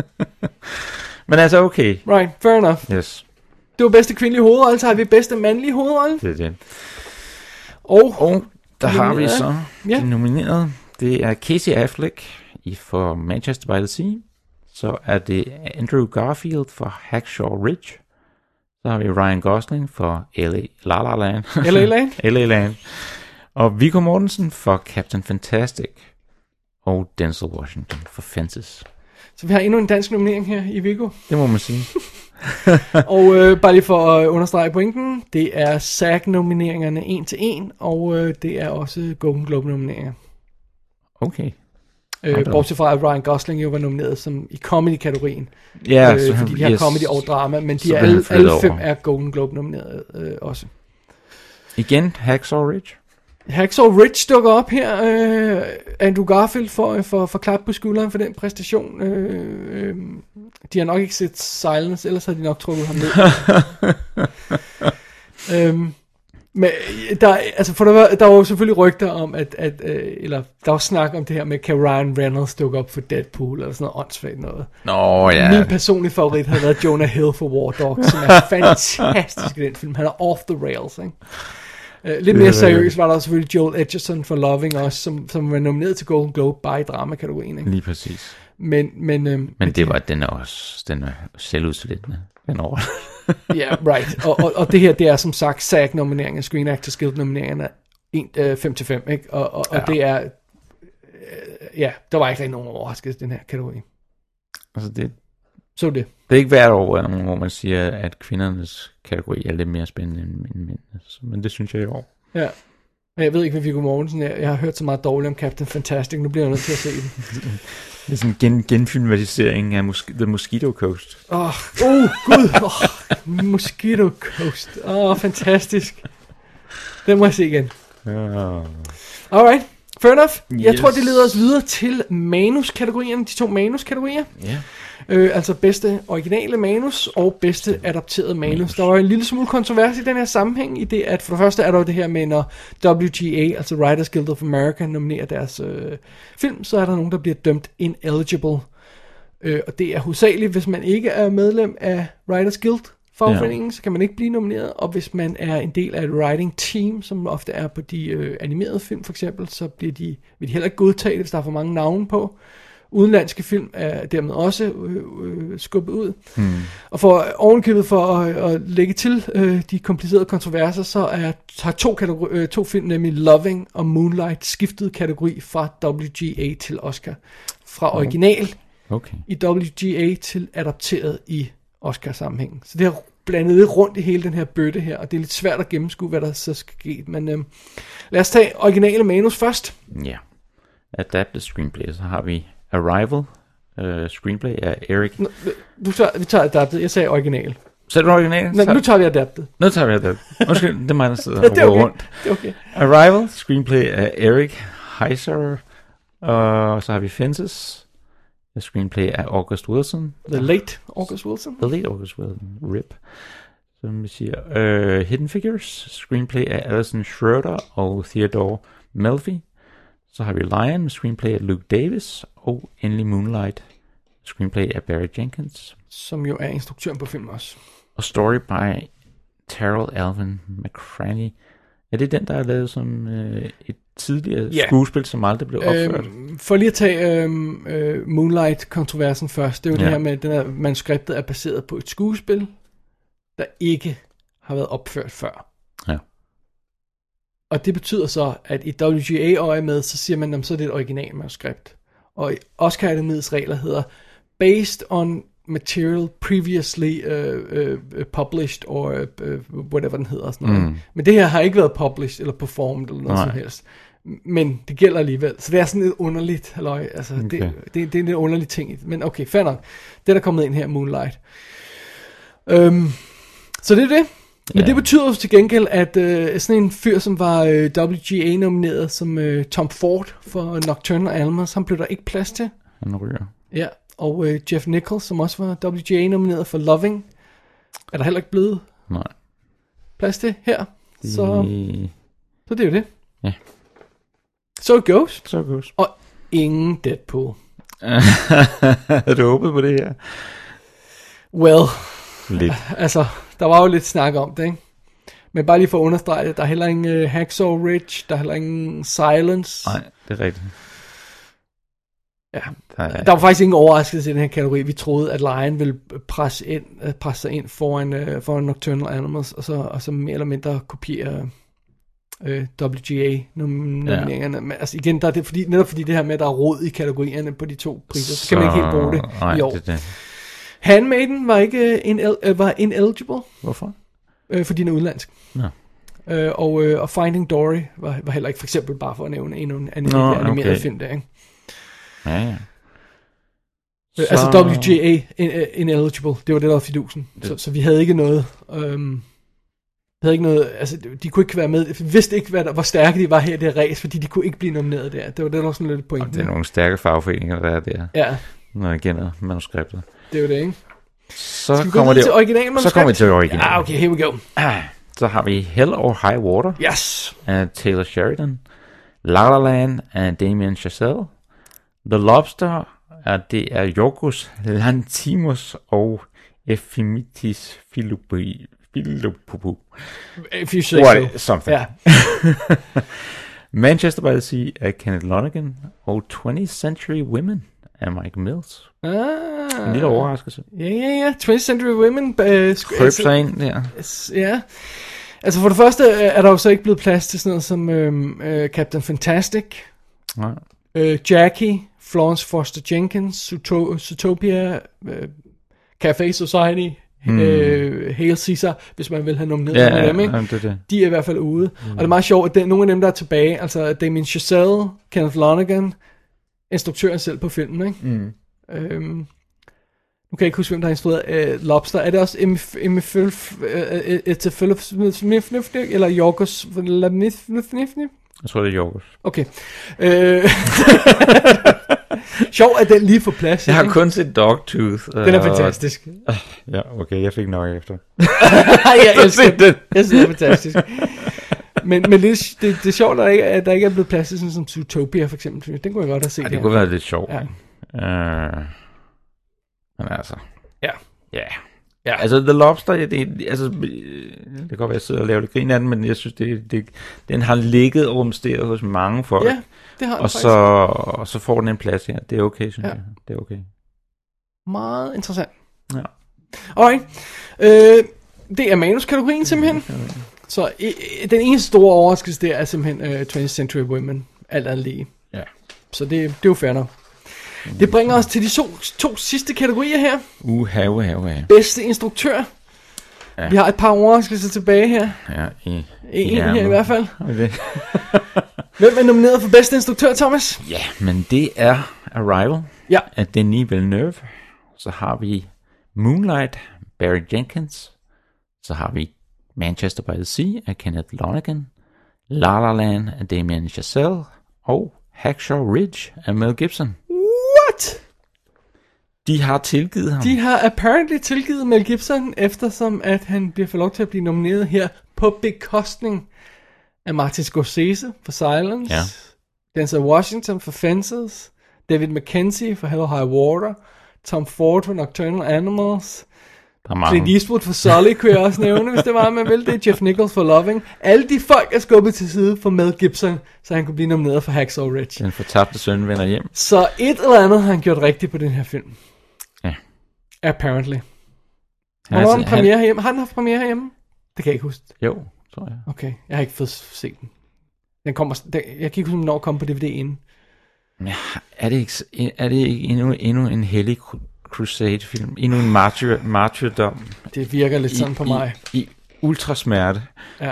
Men altså, okay. Right, fair enough. Yes. Det var bedste kvindelige hovedrolle, så har vi bedste mandlige hovedrolle. Det er det. Og, Og der har vi så ja. de nominerede. Det er Casey Affleck i for Manchester by the Sea. Så er det Andrew Garfield for Hacksaw Ridge. Så har vi Ryan Gosling for L A La La Land. L A Land. L A Land. Og Viggo Mortensen for Captain Fantastic. Og Denzel Washington for Fences. Så vi har endnu en dansk nominering her i Viggo. Det må man sige. Og øh, bare lige for at understrege pointen, det er S A G-nomineringerne en til en, og øh, det er også Golden Globe-nomineringer. Okay. Øh, bortset fra, at Ryan Gosling jo var nomineret som i comedy-kategorien. Ja, øh, så fordi de har yes, comedy og drama, men de er han alle, alle fem over. er Golden Globe-nomineret øh, også. Igen, Hacksaw Ridge. Hacksaw Ridge dukker op her. Øh, Andrew Garfield får for, for klap på skulderen for den præstation. Øh, øh, de har nok ikke set Silence, ellers har de nok trukket ham ned. øhm, men der, altså for der, var, der var jo selvfølgelig rygter om, at, at øh, eller der var snak om det her med, kan Ryan Reynolds dukke op for Deadpool, eller sådan noget åndssvagt noget. Nå ja. Min personlige favorit havde været Jonah Hill for War Dogs, som er fantastisk i den film. Han er off the rails, ikke? Uh, lidt mere seriøst var der selvfølgelig Joel Edgerton for Loving også, som, som var nomineret til Golden Globe bare i drama-kategorien. Ikke? Lige præcis. Men, men, øh, men det var, den er også, den er selvudslættende, den år. Ja, yeah, right. Og, og, og det her, det er som sagt S A G-nomineringen, Screen Actors Guild-nomineringerne fem til fem, ikke? Og, og, ja. og det er, øh, ja, der var ikke rigtig nogen overraskelse i den her kategori. Altså det, så det. Det er ikke hvert år, hvor man siger, at kvindernes kategori er lidt mere spændende end mændenes. Men det synes jeg i år. Ja. Men jeg ved ikke, hvad Viggo Mortensen er. Jeg har hørt så meget dårligt om Captain Fantastic. Nu bliver jeg nødt til at se den. Det er sådan en gen- genfilmatisering af Mos- The Mosquito Coast. Åh, oh, oh, gud. Oh, Mosquito Coast. Åh, oh, fantastisk. Den må jeg se igen. Ja. Alright. Fair enough. Jeg Yes. tror, det leder os videre til manuskategorierne. De to manuskategorier. Ja. Yeah. Øh, altså bedste originale manus og bedste adapterede manus. manus. Der var en lille smule kontrovers i den her sammenhæng, i det at for det første er der jo det her med, når W G A, altså Writers Guild of America, nominerer deres øh, film, så er der nogen, der bliver dømt ineligible. Øh, og det er hovedsageligt, hvis man ikke er medlem af Writers Guild fagforeningen, ja. Så kan man ikke blive nomineret, og hvis man er en del af et writing team, som ofte er på de øh, animerede film for eksempel, så bliver de, vil de heller ikke godtage det, hvis der er for mange navne på. Udenlandske film er dermed også øh, øh, skubbet ud. Hmm. Og for ovenkøbet for at, at lægge til øh, de komplicerede kontroverser, så er, har to, kategori, øh, to film, nemlig Loving og Moonlight, skiftet kategori fra W G A til Oscar. Fra original okay. i W G A til adapteret i Oscar-sammenhængen. Så det har blandet lidt rundt i hele den her bøtte her, og det er lidt svært at gennemskue, hvad der så skal ske. Men øh, lad os tage originale manus først. Ja. Yeah. Adapted screenplay, så har vi Arrival, uh, screenplay af Eric. Nå, du tager, vi tager adapted, jeg sagde original. Så er det original? Nå, nu tager vi adapted. Nu tager vi adapted. Undskyld, det er mig, der sidder det er og okay. rundt. Det er okay. Arrival, screenplay af Eric Heiser, og så har vi Fences, screenplay af August Wilson. The late August Wilson. The late August Wilson, rip. Som vi siger. Uh, Hidden Figures, screenplay af Alison Schroeder og Theodore Melfi. Så har vi Lion med screenplay af Luke Davis, og endelig Moonlight, screenplay af Barry Jenkins. Som jo er instruktøren på filmen også. Og story by Terrell Alvin McCraney. Er det den, der er lavet som øh, et tidligere Ja. skuespil, som aldrig blev opført? Øhm, for lige at tage øhm, øh, Moonlight-kontroversen først. Det er jo Ja. det her med, at den her manuskriptet er baseret på et skuespil, der ikke har været opført før. Ja. Og det betyder så, at i W G A-øje med, så siger man, at så er det et original manuskript. Og i Oscar Akademiets regler hedder, based on material previously uh, uh, published, or uh, whatever den hedder. Sådan noget. Mm. Men det her har ikke været published, eller performed, eller noget Nej. som helst. Men det gælder alligevel. Så det er sådan lidt underligt, halløj. Altså, okay. det, det, det er en lidt underlig ting. Men okay, fair nok. Det er der kommet ind her, Moonlight. Um, så det er det. Men Ja. det betyder jo til gengæld, at øh, sådan en fyr, som var øh, W G A-nomineret som øh, Tom Ford for Nocturnal Animals, han blev der ikke plads til. Han ryger. Ja, og øh, Jeff Nichols, som også var W G A-nomineret for Loving, er der heller ikke blevet Nej. plads til her. Så, I... så det er jo det. Ja. So it goes. Så goes. Og ingen Deadpool. Havde du håbet på det her? Well, Lidt. altså, der var jo lidt snak om det, ikke? Men bare lige for at understrege det, der er heller ingen uh, Hacksaw Ridge, der er heller ingen Silence. Nej, det er rigtigt. Ja. Der er... Der var faktisk ingen overraskelse i den her kategori. Vi troede, at Lion ville presse, ind, øh, presse sig ind foran, uh, foran Nocturnal Animals, og så, og så mere eller mindre kopiere uh, W G A-nomineringerne. Men altså igen, der er det, fordi, netop fordi det her med, at der er rod i kategorierne på de to priser, så, så kan man ikke helt bruge det nej, i år. Det, det. Handmaiden var ikke inel- uh, var ineligible, Hvorfor? uh, fordi den er udenlandsk. Nå. Uh, og, uh, og Finding Dory var, var heller ikke, for eksempel bare for at nævne endnu en animeret, Nå, animeret okay. film der, ikke? Ja, ja. Så... Altså W G A in, uh, ineligible, det var det der var fidusen. Det... Så, så vi havde ikke noget, øhm, havde ikke noget, altså de kunne ikke være med, vi vidste ikke hvad der, hvor stærke de var her i det race, fordi de kunne ikke blive nomineret der. Det var det der var sådan lidt pointen. Det er nogle stærke fagforeninger, der er der, ja, når jeg kender manuskriptet. det var det, ikke? Så Skal vi kommer gå det til originalen Så kommer vi til originalen. Ah, okay, here we go. Ah, så har vi Hell or High Water Yes. af Taylor Sheridan, La La Land af Damien Chazelle, The Lobster af det er Yorgos Lanthimos og Ephemitis Philopoulos. If you say What so. something. Ja. Manchester by the Sea af Kenneth Lonergan og twentieth Century Women af Mike Mills. Ah. En lille overraskelse. Ja, ja, ja. twentieth Century Women. Uh, Krøb sig ind der. Ja. Altså for det første øh, er der jo så ikke blevet plads til sådan noget som øhm, øh, Captain Fantastic, Nej. øh, Jackie, Florence Foster Jenkins, Zootopia, Zootopia øh, Café Society, mm. øh, Hail Caesar, hvis man vil have nomineret Ja, nogle af dem, ikke? ja, det er det. De er i hvert fald ude. Mm. Og det er meget sjovt, at det, nogle af dem, der er tilbage, altså Damien Chazelle, Kenneth Lonergan, instruktøren selv på filmen, ikke? Mm. Øhm, nu kan jeg ikke huske, hvem der har instrueret uh, Lobster. Er det også Emmy Philip, eller Yorgos Lanthimos? Jeg tror, det er Yorgos. Okay. Øh, Sjov, at den lige får plads. Jeg har ikke? kun set Dogtooth. Den er fantastisk. Ja, okay, jeg fik nok efter. Jeg elsker den. Jeg synes, det er fantastisk. Men, men det, er, det, det er sjovt, at der, ikke, at der ikke er blevet plads til sådan som Zootopia, for eksempel. Den kunne jeg godt have set. Ej, det her. kunne være lidt sjovt. Ja. Uh, men altså. Ja. Ja. Ja. Altså, The Lobster, det, det, altså, det kan godt være, at jeg sidder og laver lidt grin af den, men jeg synes, det, det, den har ligget og rumsteret hos mange folk. Ja, det har den og faktisk. så, og så får den en plads her. Det er okay, synes Ja. jeg. Det er okay. Meget interessant. Ja. Alright. Øh, det er manuskategorien simpelthen. Så i, i, den eneste store overraskelse der er simpelthen uh, twentieth Century Women. Alt andet lige. Ja. Så det, det er jo fair nok. Det bringer os til de to, to sidste kategorier her. Uha, uha, uha. Bedste instruktør. Ja. Vi har et par overraskelser tilbage her. Ja, i, En i her i ærmet. hvert fald. Okay. Hvem er nomineret for bedste instruktør, Thomas? Ja, men det er Arrival Ja. af Denis Villeneuve. Så har vi Moonlight, Barry Jenkins. Så har vi Manchester by the Sea af Kenneth Lonergan. La La Land af Damien Chazelle. Og Hacksaw Ridge af Mel Gibson. What? De har tilgivet ham. De har apparently tilgivet Mel Gibson, eftersom at han bliver for lov til at blive nomineret her på bekostning af Martin Scorsese for Silence, Ja. Denzel Washington for Fences, David Mackenzie for Hell or High Water, Tom Ford for Nocturnal Animals, Der er mange. Clint Eastwood for Sully, kunne jeg også nævne, hvis det var, man ville det. Jeff Nichols for Loving. Alle de folk er skubbet til side for Mel Gibson, så han kunne blive nomineret for Hacksaw Ridge. Den fortabte søn vender hjem. Så et eller andet har han gjort rigtigt på den her film. Ja. Apparently. Han, Hvornår har den han, premiere herhjemme? Har den haft premiere herhjemme? Det kan jeg ikke huske. jo, tror jeg. Okay, jeg har ikke fået set den. Den kommer, den, jeg kan ikke huske, når kommer på D V D inden. Men er det ikke, er det ikke endnu, endnu en hellig crusade-film? Endnu en martyr, martyrdom? Det virker lidt sådan på mig. I, i ultrasmerte. Ja.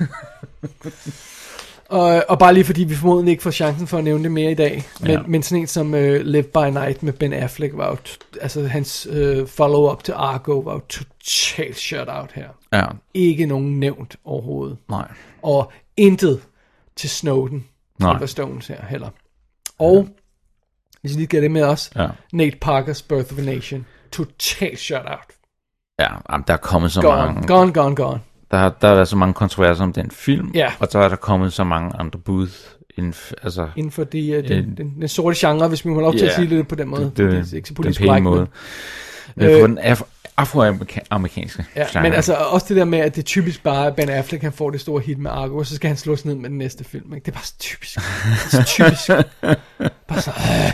og, og bare lige fordi vi formodentlig ikke får chancen for at nævne det mere i dag. Men, Ja. men sådan en som uh, Live by Night med Ben Affleck var jo, t- altså hans uh, follow-up til Argo var jo totalt shut out her. Ja, Ikke nogen nævnt overhovedet. nej. Og intet til Snowden. Nej. Oliver Stones her heller. Og, hvis vi lige gør det med os, Ja, Nate Parker's Birth of a Nation. Totalt shut out. ja jamen, der er kommet så Gone, mange... gone, gone, gone. Der, der er der så mange kontroverser om den film, Ja. og så er der kommet så mange andre bud. Inden, altså, Inden for de, uh, den, Øh, den, den sorte genre, hvis vi må have lov til ja, at sige det på den måde. det, det, det er ikke så den politisk pæne korrekt, måde. men- Men Øh, på den af, afroamerikanske Ja, genre. men altså også det der med, at det er typisk bare, at Ben Affleck han får det store hit med Argo, og så skal han slås ned med den næste film. Ikke? Det er bare så typisk. Det er så typisk. Bare så, øh.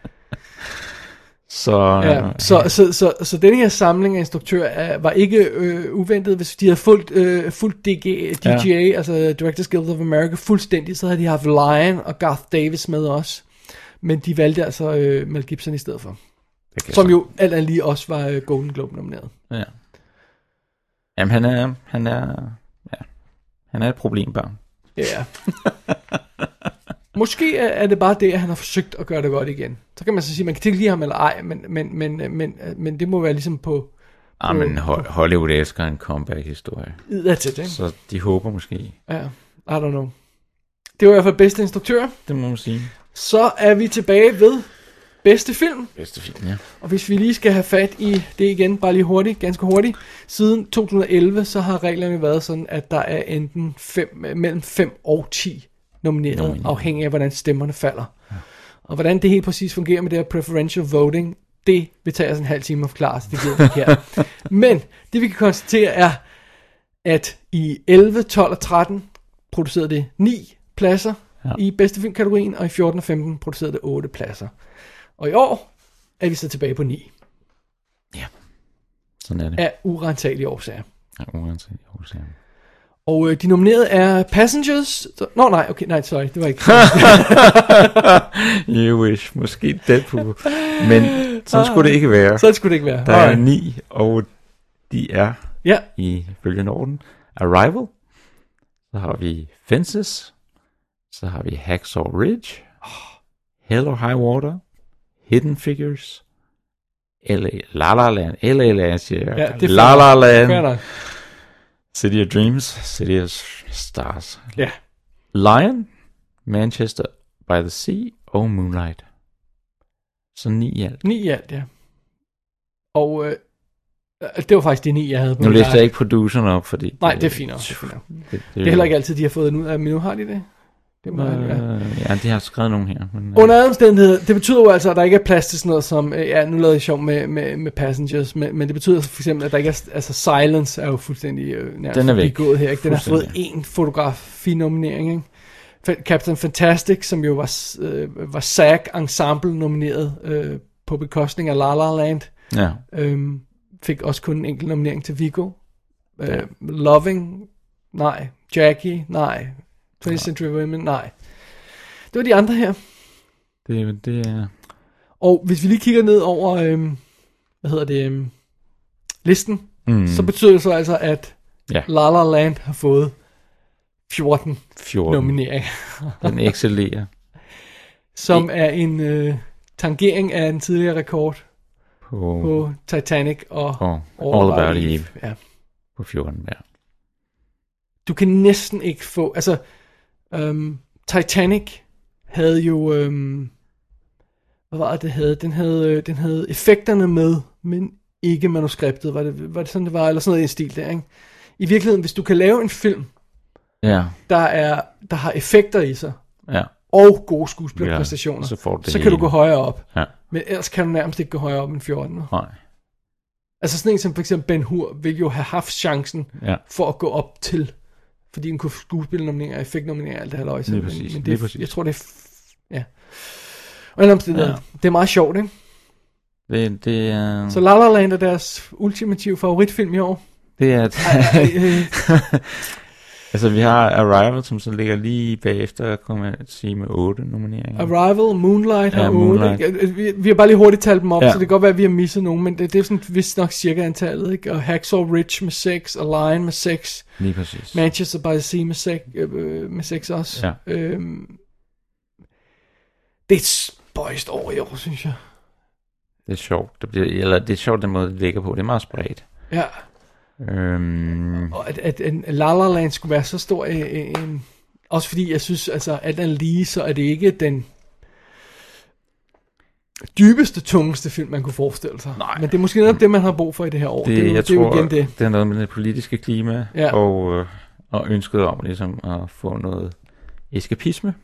Så, Ja, så, så, så, så den her samling af instruktører var ikke øh, uventet. Hvis de havde fulgt, øh, fulgt D G, D G A, ja. altså Directors Guild of America, fuldstændig, så havde de haft Lion og Garth Davis med også. Men de valgte altså øh, Mel Gibson i stedet for. Som jo alt andet lige også var øh, Golden Globe nomineret. Ja. Jamen han er, han er, ja, han er et problembarn. Ja. Måske er, er det bare det, at han har forsøgt at gøre det godt igen. Så kan man så sige, man kan ikke lide ham eller ej, men, men, men, men, men det må være ligesom på... Ah, men Ho- Hollywood elsker en comeback-historie. That's it, ikke? Så de håber måske. Ja, I don't know. Det var i hvert fald bedste instruktør. Det må man sige. Så er vi tilbage ved bedste film. Bedste film, ja. Og hvis vi lige skal have fat i det igen, bare lige hurtigt, ganske hurtigt. Siden to tusind og elleve, så har reglerne været sådan, at der er enten fem, mellem fem og ti nomineret, Nomineret. afhængig af hvordan stemmerne falder. Ja. Og hvordan det helt præcis fungerer med det her preferential voting, det vil tage os en halv time at forklare, så det gider vi ikke her. Men det vi kan konstatere er, at i elleve, tolv og tretten producerede det ni pladser ja. i bedste filmkategorien, og i fjorten og femten producerede det otte pladser. Og i år er vi så tilbage på ni. Ja, sådan er det. Af urensagelige årsager. Ja, uanset årsager. Og øh, de nominerede er Passengers. Nå nej, okay, nej, sorry, det var ikke. You wish, måske Deadpool. Men sådan skulle det ikke være. Så skulle det ikke være. Der er Alright. ni, og de er Ja, i følgende orden. Arrival. Så har vi Fences. Så har vi Hacksaw Ridge. Hell or High Water. Hidden Figures. L A, La La Land. L A Land, siger jeg. ja det er La fair La nok. Land. Fair nok. City of Dreams. City of Stars. Ja. Lion. Manchester by the Sea. Og Moonlight. Så ni i alt. Ni i alt, ja. Og øh, det var faktisk de ni, jeg havde på Nu min læste jeg liste. ikke produceren op, fordi... Nej, det er fint nok. Det er, fint nok. Det, det, Det er heller ikke altid, de har fået den ud af, men nu har de det. Det må Øh, ja. ja, de har skrevet nogen her. Men, Under alle omstændigheder, det betyder jo altså, at der ikke er plads til sådan noget som, øh, ja, nu lavede jeg sjov med, med, med Passengers, men, men det betyder for eksempel, at der ikke er, altså Silence er jo fuldstændig øh, nærmest Den er væk. gået her, ikke? Den har fået Fuldstændig. en fotografi-nominering, ikke? Fa- Captain Fantastic, som jo var, øh, var S A G Ensemble nomineret øh, på bekostning af La La Land, ja. øh, fik også kun en enkelt nominering til Viggo. Øh, Loving, nej. Jackie, nej. twentieth Century Women, nej. Det var de andre her. Det, det er... Og hvis vi lige kigger ned over, øhm, hvad hedder det, øhm, listen, mm. så betyder det så altså, at Ja. La La Land har fået fjorten, fjorten. nomineringer, Den excellerer. som er en øh, tangering af en tidligere rekord På, på Titanic og på All About Eve. Ja. På fjorten, ja. Du kan næsten ikke få, altså, øhm, Titanic havde jo, øhm, hvad var det, det havde? Den havde, øh, den havde effekterne med, men ikke manuskriptet. Var det, var det sådan, det var? Eller sådan noget i en stil der, ikke? I virkeligheden, hvis du kan lave en film, ja. der, er, der har effekter i sig, Ja. og gode skuespillerpræstationer, Ja, så får du det så kan hele. du gå højere op. Ja. Men ellers kan du nærmest ikke gå højere op end fjorten. Nej. Altså sådan en som for eksempel Ben Hur, vil jo have haft chancen Ja. for at gå op til, fordi den kunne skuespilnominere, effektnominere, alt det her løjse. Lige Men, præcis, men lige det, præcis. jeg tror det er, f- ja. Og ellers, det, Ja. ja. det er meget sjovt, ikke? Det, det er... Så La La Land er deres ultimative favoritfilm i år. Det er... Ej, øh, altså, vi har Arrival, som så ligger lige bagefter, kommer jeg at sige, med otte nomineringer. Arrival, Moonlight har Ja, otte. Moonlight. ikke? Vi, vi har bare lige hurtigt talt dem op, Ja. så det kan godt være, at vi har misset nogen, men det, det er sådan vist nok cirka antallet, ikke? Og Hacksaw Ridge med seks, og Lion med seks, Lige præcis. Manchester by the Sea med seks, øh, med seks også. Ja. Øhm, det er et spøjst år i år, synes jeg. Det er sjovt. Det, bliver, eller det er sjovt, den måde, det ligger på. Det er meget spredt. Ja. Øhm, Og at, at en La La Land skulle være så stor en, en... Også fordi jeg synes, altså alt andet lige, så er det ikke den dybeste, tungeste film, man kunne forestille sig. Nej. Men det er måske netop det, man har brug for i det her år. det, det, er jo, jeg det er jo tror, igen det. det er noget med det politiske klima, Ja. og, øh, og ønsket om ligesom at få noget eskapisme,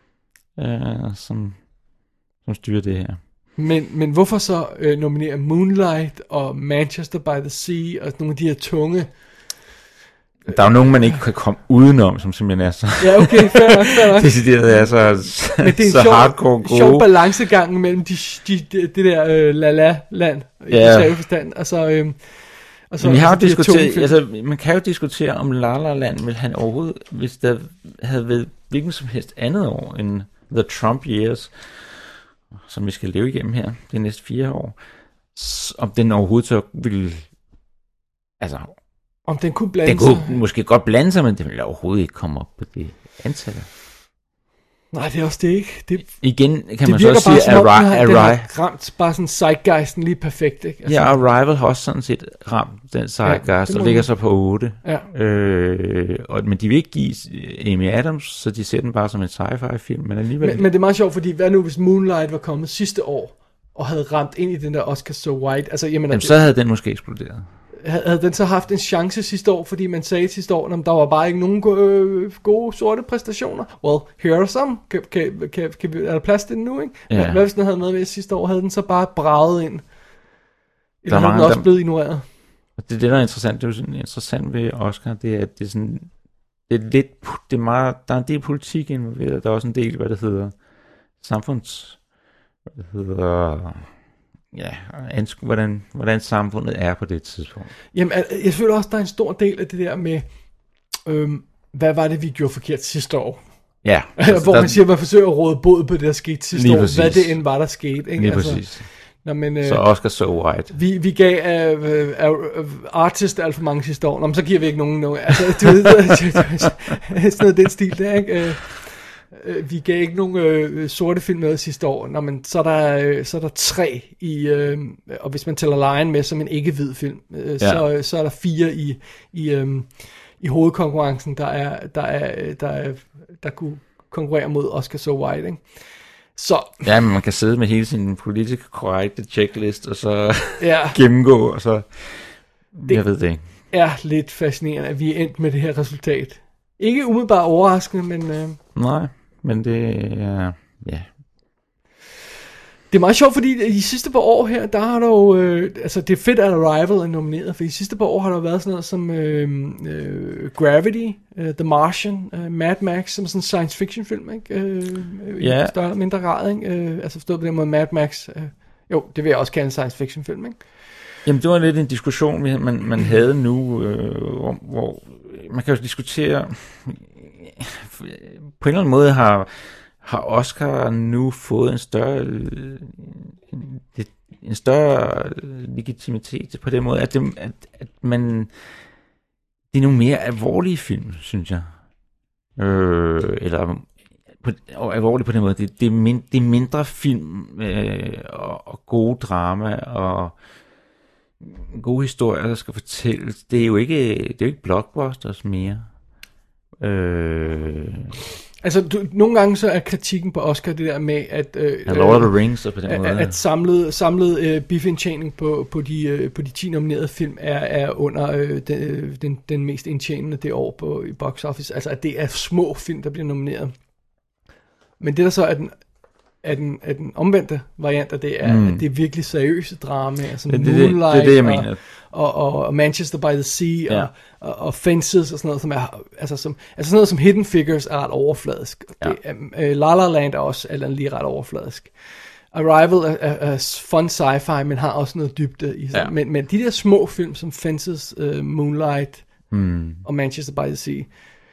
øh, som, som styrer det her. Men, men hvorfor så øh, nominere Moonlight og Manchester by the Sea og nogle af de her tunge... Der er jo nogen, man ikke kan komme udenom, som simpelthen er så... Ja, okay, fair nok, fair nok. decideret er så, Men det er en så sjov, hardcore gode. sjov balancegang mellem de, de, de, det der øh, la-la-land i Ja. yeah. forstand. Altså, øh, og så, Men vi har jo altså, de her tunge diskuteret, film. altså man kan jo diskutere om La La Land ville han overhovedet, hvis der havde været hvilken som helst andet år end The Trump Years, som vi skal leve igennem her de næste fire år, s- om den overhovedet så ville, altså Om den kunne blande den sig. kunne måske godt blande sig, men den ville overhovedet ikke komme op på det antal. Nej, det er også det ikke. Det, Igen kan det man så virker også bare sige, som om, at den har, den Arrival, har ramt bare sådan zeitgeisten lige perfekt. Ikke? Altså, ja, Arrival har også sådan set ramt den zeitgeist, Ja, ja, det og må ligger man- så på otte. Ja. Øh, og, men de vil ikke give Amy Adams, så de ser den bare som en sci-fi film, men alligevel... Men, men det er meget sjovt, fordi hvad nu hvis Moonlight var kommet sidste år, og havde ramt ind i den der Oscar So White? Altså, jamen, Jamen, så havde den måske eksploderet. havde, havde den så haft en chance sidste år, fordi man sagde sidste år, at der var bare ikke nogen go- øh, gode sorte præstationer. Well, here are some. Kan, kan, kan, kan, er der plads til den nu, ikke? Ja. Hvad, hvad hvis den havde noget med sidste år? Havde den så bare braget ind? Eller er havde den mange, også der- blevet ignoreret? Og det er det, der er interessant. Det er jo sådan interessant ved Oscar, det er, at det er sådan... Det er lidt... Det er meget, der er en del politik involveret. Der er også en del, hvad det hedder... Samfunds... Hvad det hedder... Ja, ansku, hvordan, hvordan samfundet er på det tidspunkt. Jamen, al- jeg føler også, der er en stor del af det der med, øhm, hvad var det, vi gjorde forkert sidste år? Ja. Hvor der- man siger, at man forsøger at råde bod på det, der skete sidste Lige år. præcis. Hvad det end var, der skete. Ikke? Lige præcis. Nå, men, øh, Så Oscar So White. vi, vi gav uh, uh, uh, artist alt for mange sidste år. Nå, men så giver vi ikke nogen... nogen altså, du ved, sådan noget den stil der, ikke? Uh, uh, vi gav ikke nogen uh, sorte film med sidste år. Nå, men så er der, uh, så er der tre i... Uh, og hvis man tæller Lion med som en ikke-hvid film, uh, ja. så, så er der fire i... i um, i hovedkonkurrencen, der er, der er, der er, der kunne konkurrere mod Oscar So White, ikke? Så, Ja, men man kan sidde med hele sin politisk korrekte checklist, og så ja, gennemgå, og så... Det- Jeg ved det ikke. er lidt fascinerende, at vi er endt med det her resultat. Ikke umiddelbart overraskende, men øh, Nej, men det er... Ja. det er meget sjovt, fordi i de sidste par år her, der har der jo, øh, altså det er fedt, at Arrival er nomineret, for i de sidste par år har der været sådan noget som øh, øh, Gravity, øh, The Martian, øh, Mad Max, som sådan en science fiction film, ikke? Øh, øh, Ja. I større eller mindre grad, ikke? Øh, altså forstået på den måde, Mad Max, øh, jo, det vil jeg også kalde en science fiction film, ikke? Jamen, det var lidt en diskussion, vi- man, man havde nu, øh, hvor, hvor man kan jo diskutere... På en eller anden måde har, har Oscar nu fået en større... øh, En, en større legitimitet på den måde, at, det, at, at man... Det er nogle mere alvorlige film, synes jeg. Øh, eller på, og alvorligt på den måde. Det, det, er, min, det er mindre film øh, og, og gode drama og gode historier, der skal fortælles. Det er jo ikke, det er jo ikke blockbusters mere. Øh, Altså, du, nogle gange så er kritikken på Oscar det der med, at... Øh, ja, Lord of the Rings og på den at, måde. At samlet, samlet øh, biffindtjening på, på, de, øh, på de ti nominerede film er, er under øh, den, den, den mest indtjenende det år på, i box office. Altså, at det er små film, der bliver nomineret. Men det der så er den, er den, er den omvendte variant af det, er, mm. at det er virkelig seriøse dramaer, som det, det, Moonlight det, det, det, jeg mener. Og, og, og Manchester by the Sea, ja. og, og, og Fences og sådan noget, som er, altså, som, altså sådan noget som Hidden Figures er ret overfladisk. Ja. Det, uh, La La Land er også alt andet lige ret overfladisk. Arrival er, er, er fun sci-fi, men har også noget dybde i sig. Ja. Men, men de der små film som Fences, uh, Moonlight mm. og Manchester by the Sea,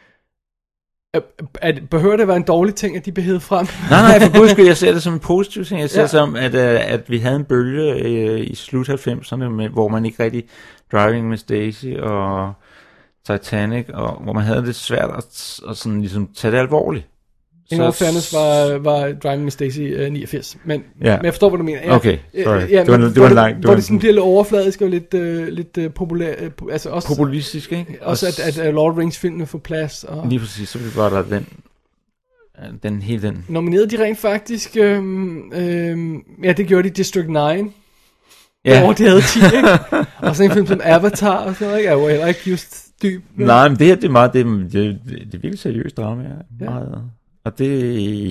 At, behøver det at være en dårlig ting, at de blev hævet frem? Nej, nej, for guds skyld, jeg ser det som en positiv ting. Jeg ser ja. det som, at, at vi havde en bølge øh, i slut halvfemserne, med, hvor man ikke rigtig Driving med Daisy og Titanic, og hvor man havde det svært at, at sådan, ligesom, tage det alvorligt. En af fairness var, var Driving Miss Daisy uh, niogfirs, men, ja. men jeg forstår, hvad du mener. Ja, okay, sorry. Ja, det var, det var langt. Hvor det sådan bliver lidt overfladisk og lidt, uh, lidt uh, populær, uh, altså også, populistisk, ikke? Også at, at, at Lord of the Rings filmene får plads. Og lige præcis, så var der den, den hele den. Nominerede de rent faktisk, øhm, øhm, ja det gjorde de District ni. Ja. Hvor de havde ti, ikke? Og sådan en film som Avatar og sådan noget, ikke? Er jo heller ikke just dyb. Men... Nej, men det her, det er meget, det er, det, det, det er virkelig seriøst drama, ja. Meget. Og det...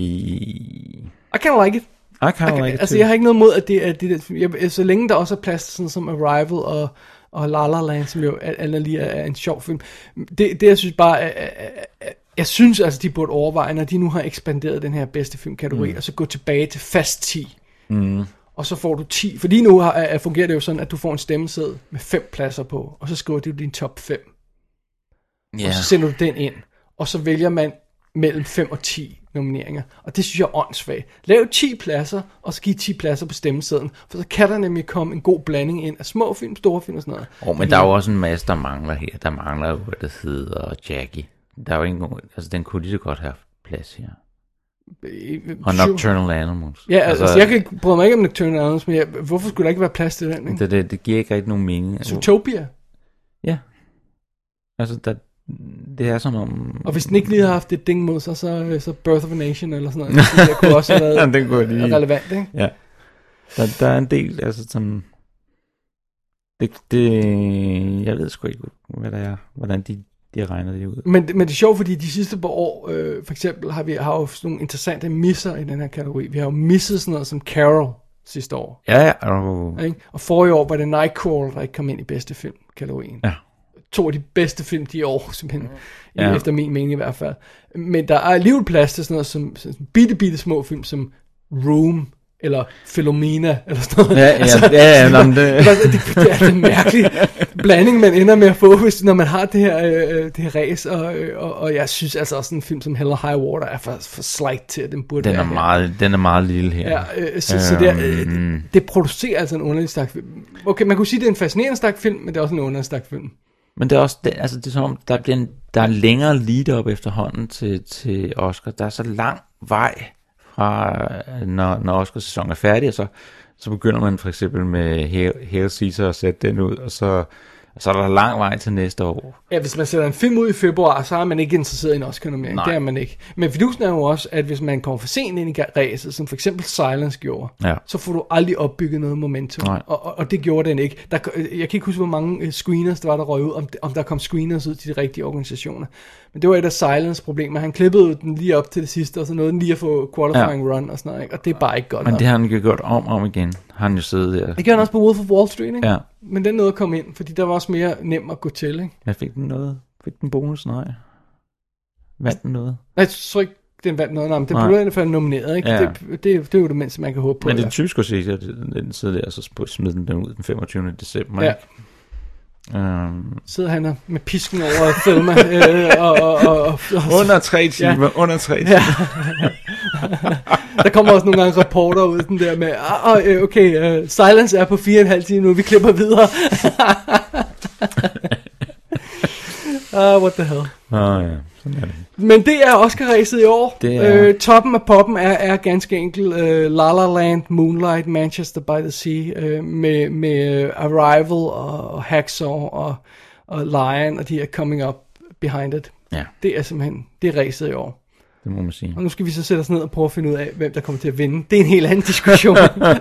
I kind of like it. I kind of like it Altså, too. jeg har ikke noget mod, at det er det der, jeg, så længe der også er plads sådan som Arrival og, og La La Land, som jo alt lige er en sjov film. Det, det jeg synes bare, er, er, er, jeg synes altså, de burde overveje, når de nu har ekspanderet den her bedste filmkategori, mm. og så gå tilbage til fast ti. Mm. Og så får du ti, for lige nu har, er, fungerer det jo sådan, at du får en stemmeseddel med fem pladser på, og så skriver du din top fem. Yeah. Og så sender du den ind, og så vælger man mellem fem og ti nomineringer. Og det synes jeg er åndssvagt. Lav ti pladser, og så giv ti pladser på stemmesedlen, for så kan der nemlig komme en god blanding ind af små film, store film og sådan noget. Åh, oh, men der er jo også en masse, der mangler her. Der mangler jo, hvad der hedder Jackie. Der er jo ikke nogen, altså den kunne lige så godt have plads her. Og Nocturnal Animals. Ja, altså, altså jeg kan ikke bryde mig ikke om Nocturnal Animals, men jeg, hvorfor skulle der ikke være plads til den? Ikke? Det, det, det giver ikke rigtig nogen mening. Zootopia? Ja. Altså, der, det er som om... Og hvis den ikke lige har haft et ding mod sig, så, så Birth of a Nation eller sådan noget. Det kunne også have været den kunne lige... relevant, ikke? Ja. Der, der er en del, altså sådan... Det, det, jeg ved sgu ikke, hvad der er, hvordan de... de regner det ud. Men, men det er sjovt, fordi de sidste par år, øh, for eksempel har vi har jo sådan nogle interessante misser i den her kategori. Vi har jo misset sådan noget som Carol sidste år. Ja, ja. Oh. Og forrige år var det Nightcrawler, der ikke kom ind i bedste film-kategorien. Ja. To af de bedste film de år, simpelthen. Ja. Efter min mening i hvert fald. Men der er alligevel plads til sådan noget som, som bitte, bitte små film som Room, eller Philomena, eller sådan noget. Ja, ja, altså, ja, ja, det, det, det, det er en mærkelig blanding, man ender med at få, hvis, når man har det her, øh, det her race, og, og, og jeg synes altså også, en film som Hell or High Water er for, for slight til, at den burde den er være meget, den er meget lille her. Ja, øh, så, um, så det, er, øh, det producerer altså en underlig stak film. Okay, man kunne sige, det er en fascinerende stak film, men det er også en underlig stak film. Men det er også, det, altså det er som om, der, bliver en, der er længere lead-up efterhånden til, til Oscar. Der er så lang vej fra, når, når Oscars sæson er færdig, og så, så begynder man for eksempel med Hail Caesar at sætte den ud, og så, og så er der lang vej til næste år. Ja, hvis man sætter en film ud i februar, så er man ikke interesseret i en Oscar-nominering. Det er man ikke. Men fidusen er jo også, at hvis man kommer for sent ind i ræset, som for eksempel Silence gjorde, ja. Så får du aldrig opbygget noget momentum. Og, og, og det gjorde den ikke. Der, jeg kan ikke huske, hvor mange screeners der var, der røg ud, om, om der kom screeners ud til de rigtige organisationer. Men det var et af Silence problemer. Han klippede den lige op til det sidste, og så nåede den lige at få qualifying ja. run og sådan noget. Ikke? Og det er bare ikke godt. Men nok. Det har han jo gjort om og om igen. Han jo siddet der. Det gjorde han også på Wolf of Wall Street, ikke? Ja. Men den nåede at komme ind, fordi der var også mere nem at gå til, ikke? Jeg fik den noget. Fik den bonus? Nej. Vandt den noget? Nej, jeg tror ikke, den vandt noget. Nej, men den blev i hvert fald nomineret, ikke? Ja. Det, det, det er jo det mindste, man kan håbe på. Men det er typisk at se, at den sidder der, og så smider den ud den femogtyvende december, ja. ikke? Um, sidder han med pisken over Thelma øh, og, og, og, og, og under tre timer ja. under tre timer ja. Der kommer også nogle gange reporter ud den der med ah, okay, uh, Silence er på fire og en halv time nu, vi klipper videre. Ah, what the hell. Ah, ja. Sådan er det. Men det er Oscar-ræset i år. Er... Øh, toppen af poppen er, er ganske enkelt uh, La La Land, Moonlight, Manchester by the Sea, uh, med, med uh, Arrival og, og Hacksaw og, og Lion, og de er coming up behind it. Ja. Det er simpelthen, det er ræset i år. Det må man sige. Og nu skal vi så sætte os ned og prøve at finde ud af, hvem der kommer til at vinde. Det er en helt anden diskussion.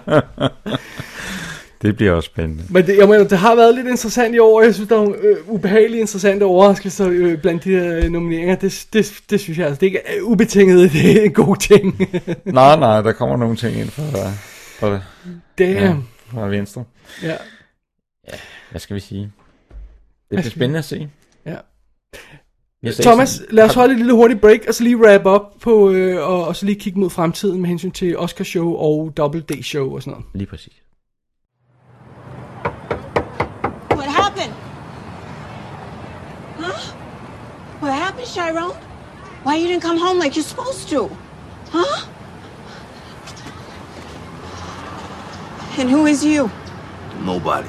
Det bliver også spændende. Men det, jeg mener, det har været lidt interessant i år. Jeg synes, der er nogle øh, ubehagelige, interessante overraskelser øh, blandt de her øh, nomineringer. Det, det, det synes jeg altså, det ikke er ubetinget. Det er en god ting. nej, nej, der kommer nogle ting ind fra, fra, det, ja, fra Venstre. Ja. Ja, hvad skal vi sige? Det bliver spændende at se. Ja. Thomas, sådan, lad os holde et lille hurtigt break, og så lige wrap op på, øh, og, og så lige kigge mod fremtiden med hensyn til Oscar show og Double D show og sådan noget. Lige præcis. What happened? Huh? What happened, Chiron? Why you didn't come home like you're supposed to? Huh? And who is you? Nobody.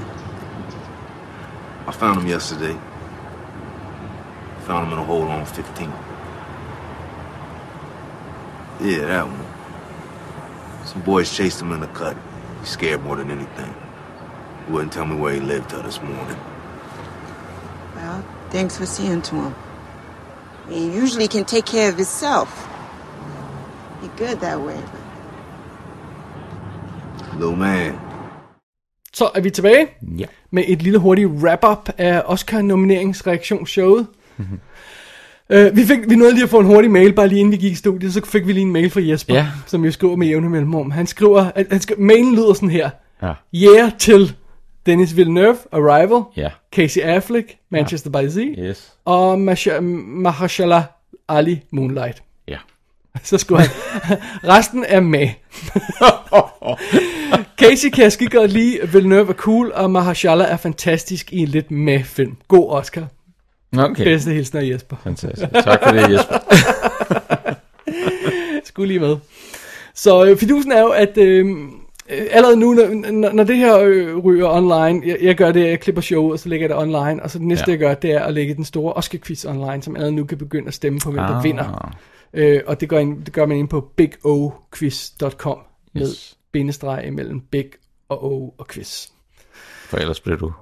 I found him yesterday. Found him in a hole on fifteen. Yeah, that one. Some boys chased him in the cut. He's scared more than anything. He wouldn't tell me where he lived till this morning. Well, thanks for seeing to him. He usually can take care of himself. He's good that way. Little man. Så er vi tilbage ja. med et lille hurtigt wrap-up af Oscar-nomineringsreaktionsshowet. Mm-hmm. Uh, vi, fik, vi nåede lige at få en hurtig mail, bare lige inden vi gik i studiet, så fik vi lige en mail fra Jesper, ja. som jo skriver med jævne mellemrum. Han skriver, at, han skriver, mailen lyder sådan her. Ja. Yeah til Denis Villeneuve, Arrival, ja. Casey Affleck, Manchester ja. by the Sea, yes. og Mahershala Ali, Moonlight. Ja. Så skulle han. Resten er med. Casey kan jeg skide godt lide, Villeneuve er cool, og Mahershala er fantastisk i en lidt med film. God Oscar. Okay. Bedste hilsner Jesper. Fantastisk. Tak for det, Jesper. Skulle lige med. Så øh, fidusen er jo, at øh, allerede nu, når, når det her øh, ryger online, jeg, jeg gør det, jeg klipper showet, og så lægger jeg det online, og så det næste, ja. jeg gør, det er at lægge den store Oscar-quiz online, som allerede nu kan begynde at stemme på, hvem ah. der vinder. Øh, og det gør, ind, det gør man ind på big o quiz punktum com yes. med bindestreg imellem big og o og quiz. For ellers bliver du...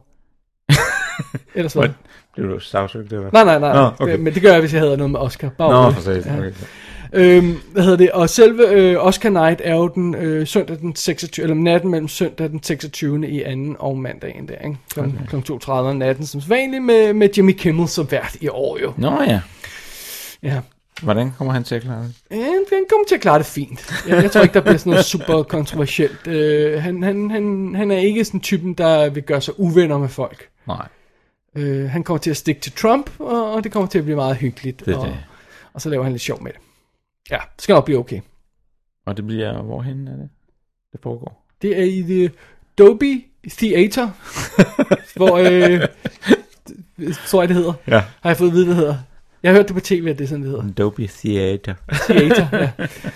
ellers hvad? Bliver du sagsøgt, eller? Nej, nej, nej. Nå, okay. Men det gør jeg, hvis jeg havde noget med Oscar. Bare Nå, for sig. Okay. Øhm, hvad hedder det? Og selve øh, Oscar Night er jo den øh, søndag den seksogtyvende eller natten mellem søndag den seksogtyvende i anden og mandagen der, ikke? Klokken okay. to tredive om natten, som vanligt med, med Jimmy Kimmel som vært i år jo. Nå ja. Ja. Hvordan kommer han til at klare det? Ja, han kommer til at klare det fint. Jeg, jeg tror ikke, der bliver sådan noget super kontroversielt. Uh, han, han, han, han er ikke sådan typen, der vil gøre sig uvenner med folk. Nej. Uh, han kommer til at stikke til Trump, og, og det kommer til at blive meget hyggeligt. Det og, det. og så laver han lidt sjov med det. Ja, det skal nok blive okay. Og det bliver, hvorhen er det, det foregår? Det er i The Dolby Theater, hvor, øh, tror jeg det hedder. Ja. Har jeg fået at vide, det hedder. Jeg har hørt det på tv, at det er sådan, det hedder. Dolby Theater. Theater, ja.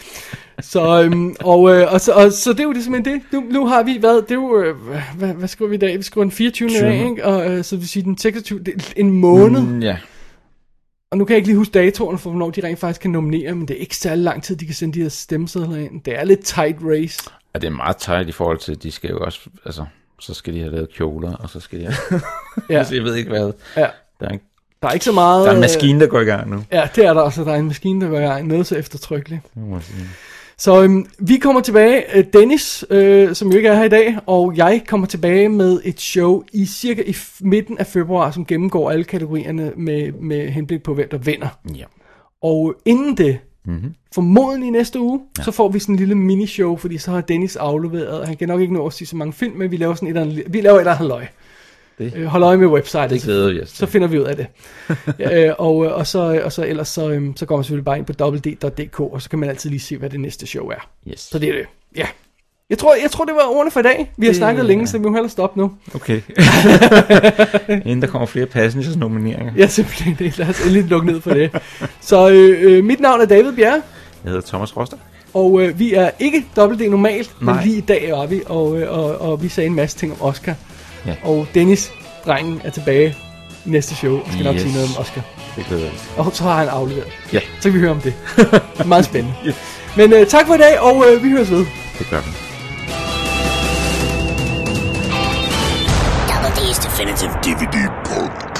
Så, øhm, og, øh, og, så, og så det er jo det simpelthen det. Nu, nu har vi, hvad, det er jo, øh, hvad, hvad skriver vi i dag? Vi skriver den fireogtyvende dag, ikke? Og øh, så vil sige den seksogtyvende, det er en måned. Mm, ja. Og nu kan jeg ikke lige huske datoerne for, hvornår de rent faktisk kan nominere, men det er ikke særlig lang tid, de kan sende de her stemmesedler ind. Det er lidt tight race. Ja, det er meget tight i forhold til, at de skal jo også, altså, så skal de have lavet kjoler, og så skal de have, ja. altså, jeg ved ikke hvad. Ja. Der er, ikke, der er ikke så meget... Der er en maskine, der går i gang nu. Ja, det er der også, der er en maskine, der går i gang. Noget så eftertrykkeligt. Det må jeg sige. Så øhm, vi kommer tilbage, Dennis, øh, som jo ikke er her i dag, og jeg kommer tilbage med et show i cirka i midten af februar, som gennemgår alle kategorierne med, med henblik på, hvem der vinder. Ja. Og inden det, mm-hmm. formodentlig næste uge, ja. så får vi sådan en lille minishow, fordi så har Dennis afleveret, han kan nok ikke nå at sige så mange film, men vi laver sådan et eller andet, vi laver et eller andet løg. Øh, hold øje med websitet, det glæder vi os til. Så finder vi ud af det. ja, øh, og, og, så, og så ellers så, øhm, så går man selvfølgelig bare ind på w w w punktum d k, og så kan man altid lige se, hvad det næste show er. Yes. Så det er det. Ja. Jeg tror, jeg tror, det var ordene for i dag. Vi har det, snakket længe, ja. så vi må hellere stoppe nu. Okay. Inden der kommer flere Passengers nomineringer. Ja, simpelthen. Det. Lad os endelig lukke ned for det. Så øh, øh, mit navn er David Bjerre. Jeg hedder Thomas Roster. Og øh, vi er ikke dobbelt D normalt, Nej. men lige i dag var vi, og, øh, og, og vi sagde en masse ting om Oscar. Ja. Og Dennis, drengen, er tilbage i næste show, og skal yes. nok sige noget om Oscar. Det glæder jeg. Og så har han afleveret. Ja. Så kan vi høre om det. Meget spændende. Yes. Men øh, tak for i dag, og øh, vi høres ved. Det gør vi. Double D's Definitive D V D Podcast.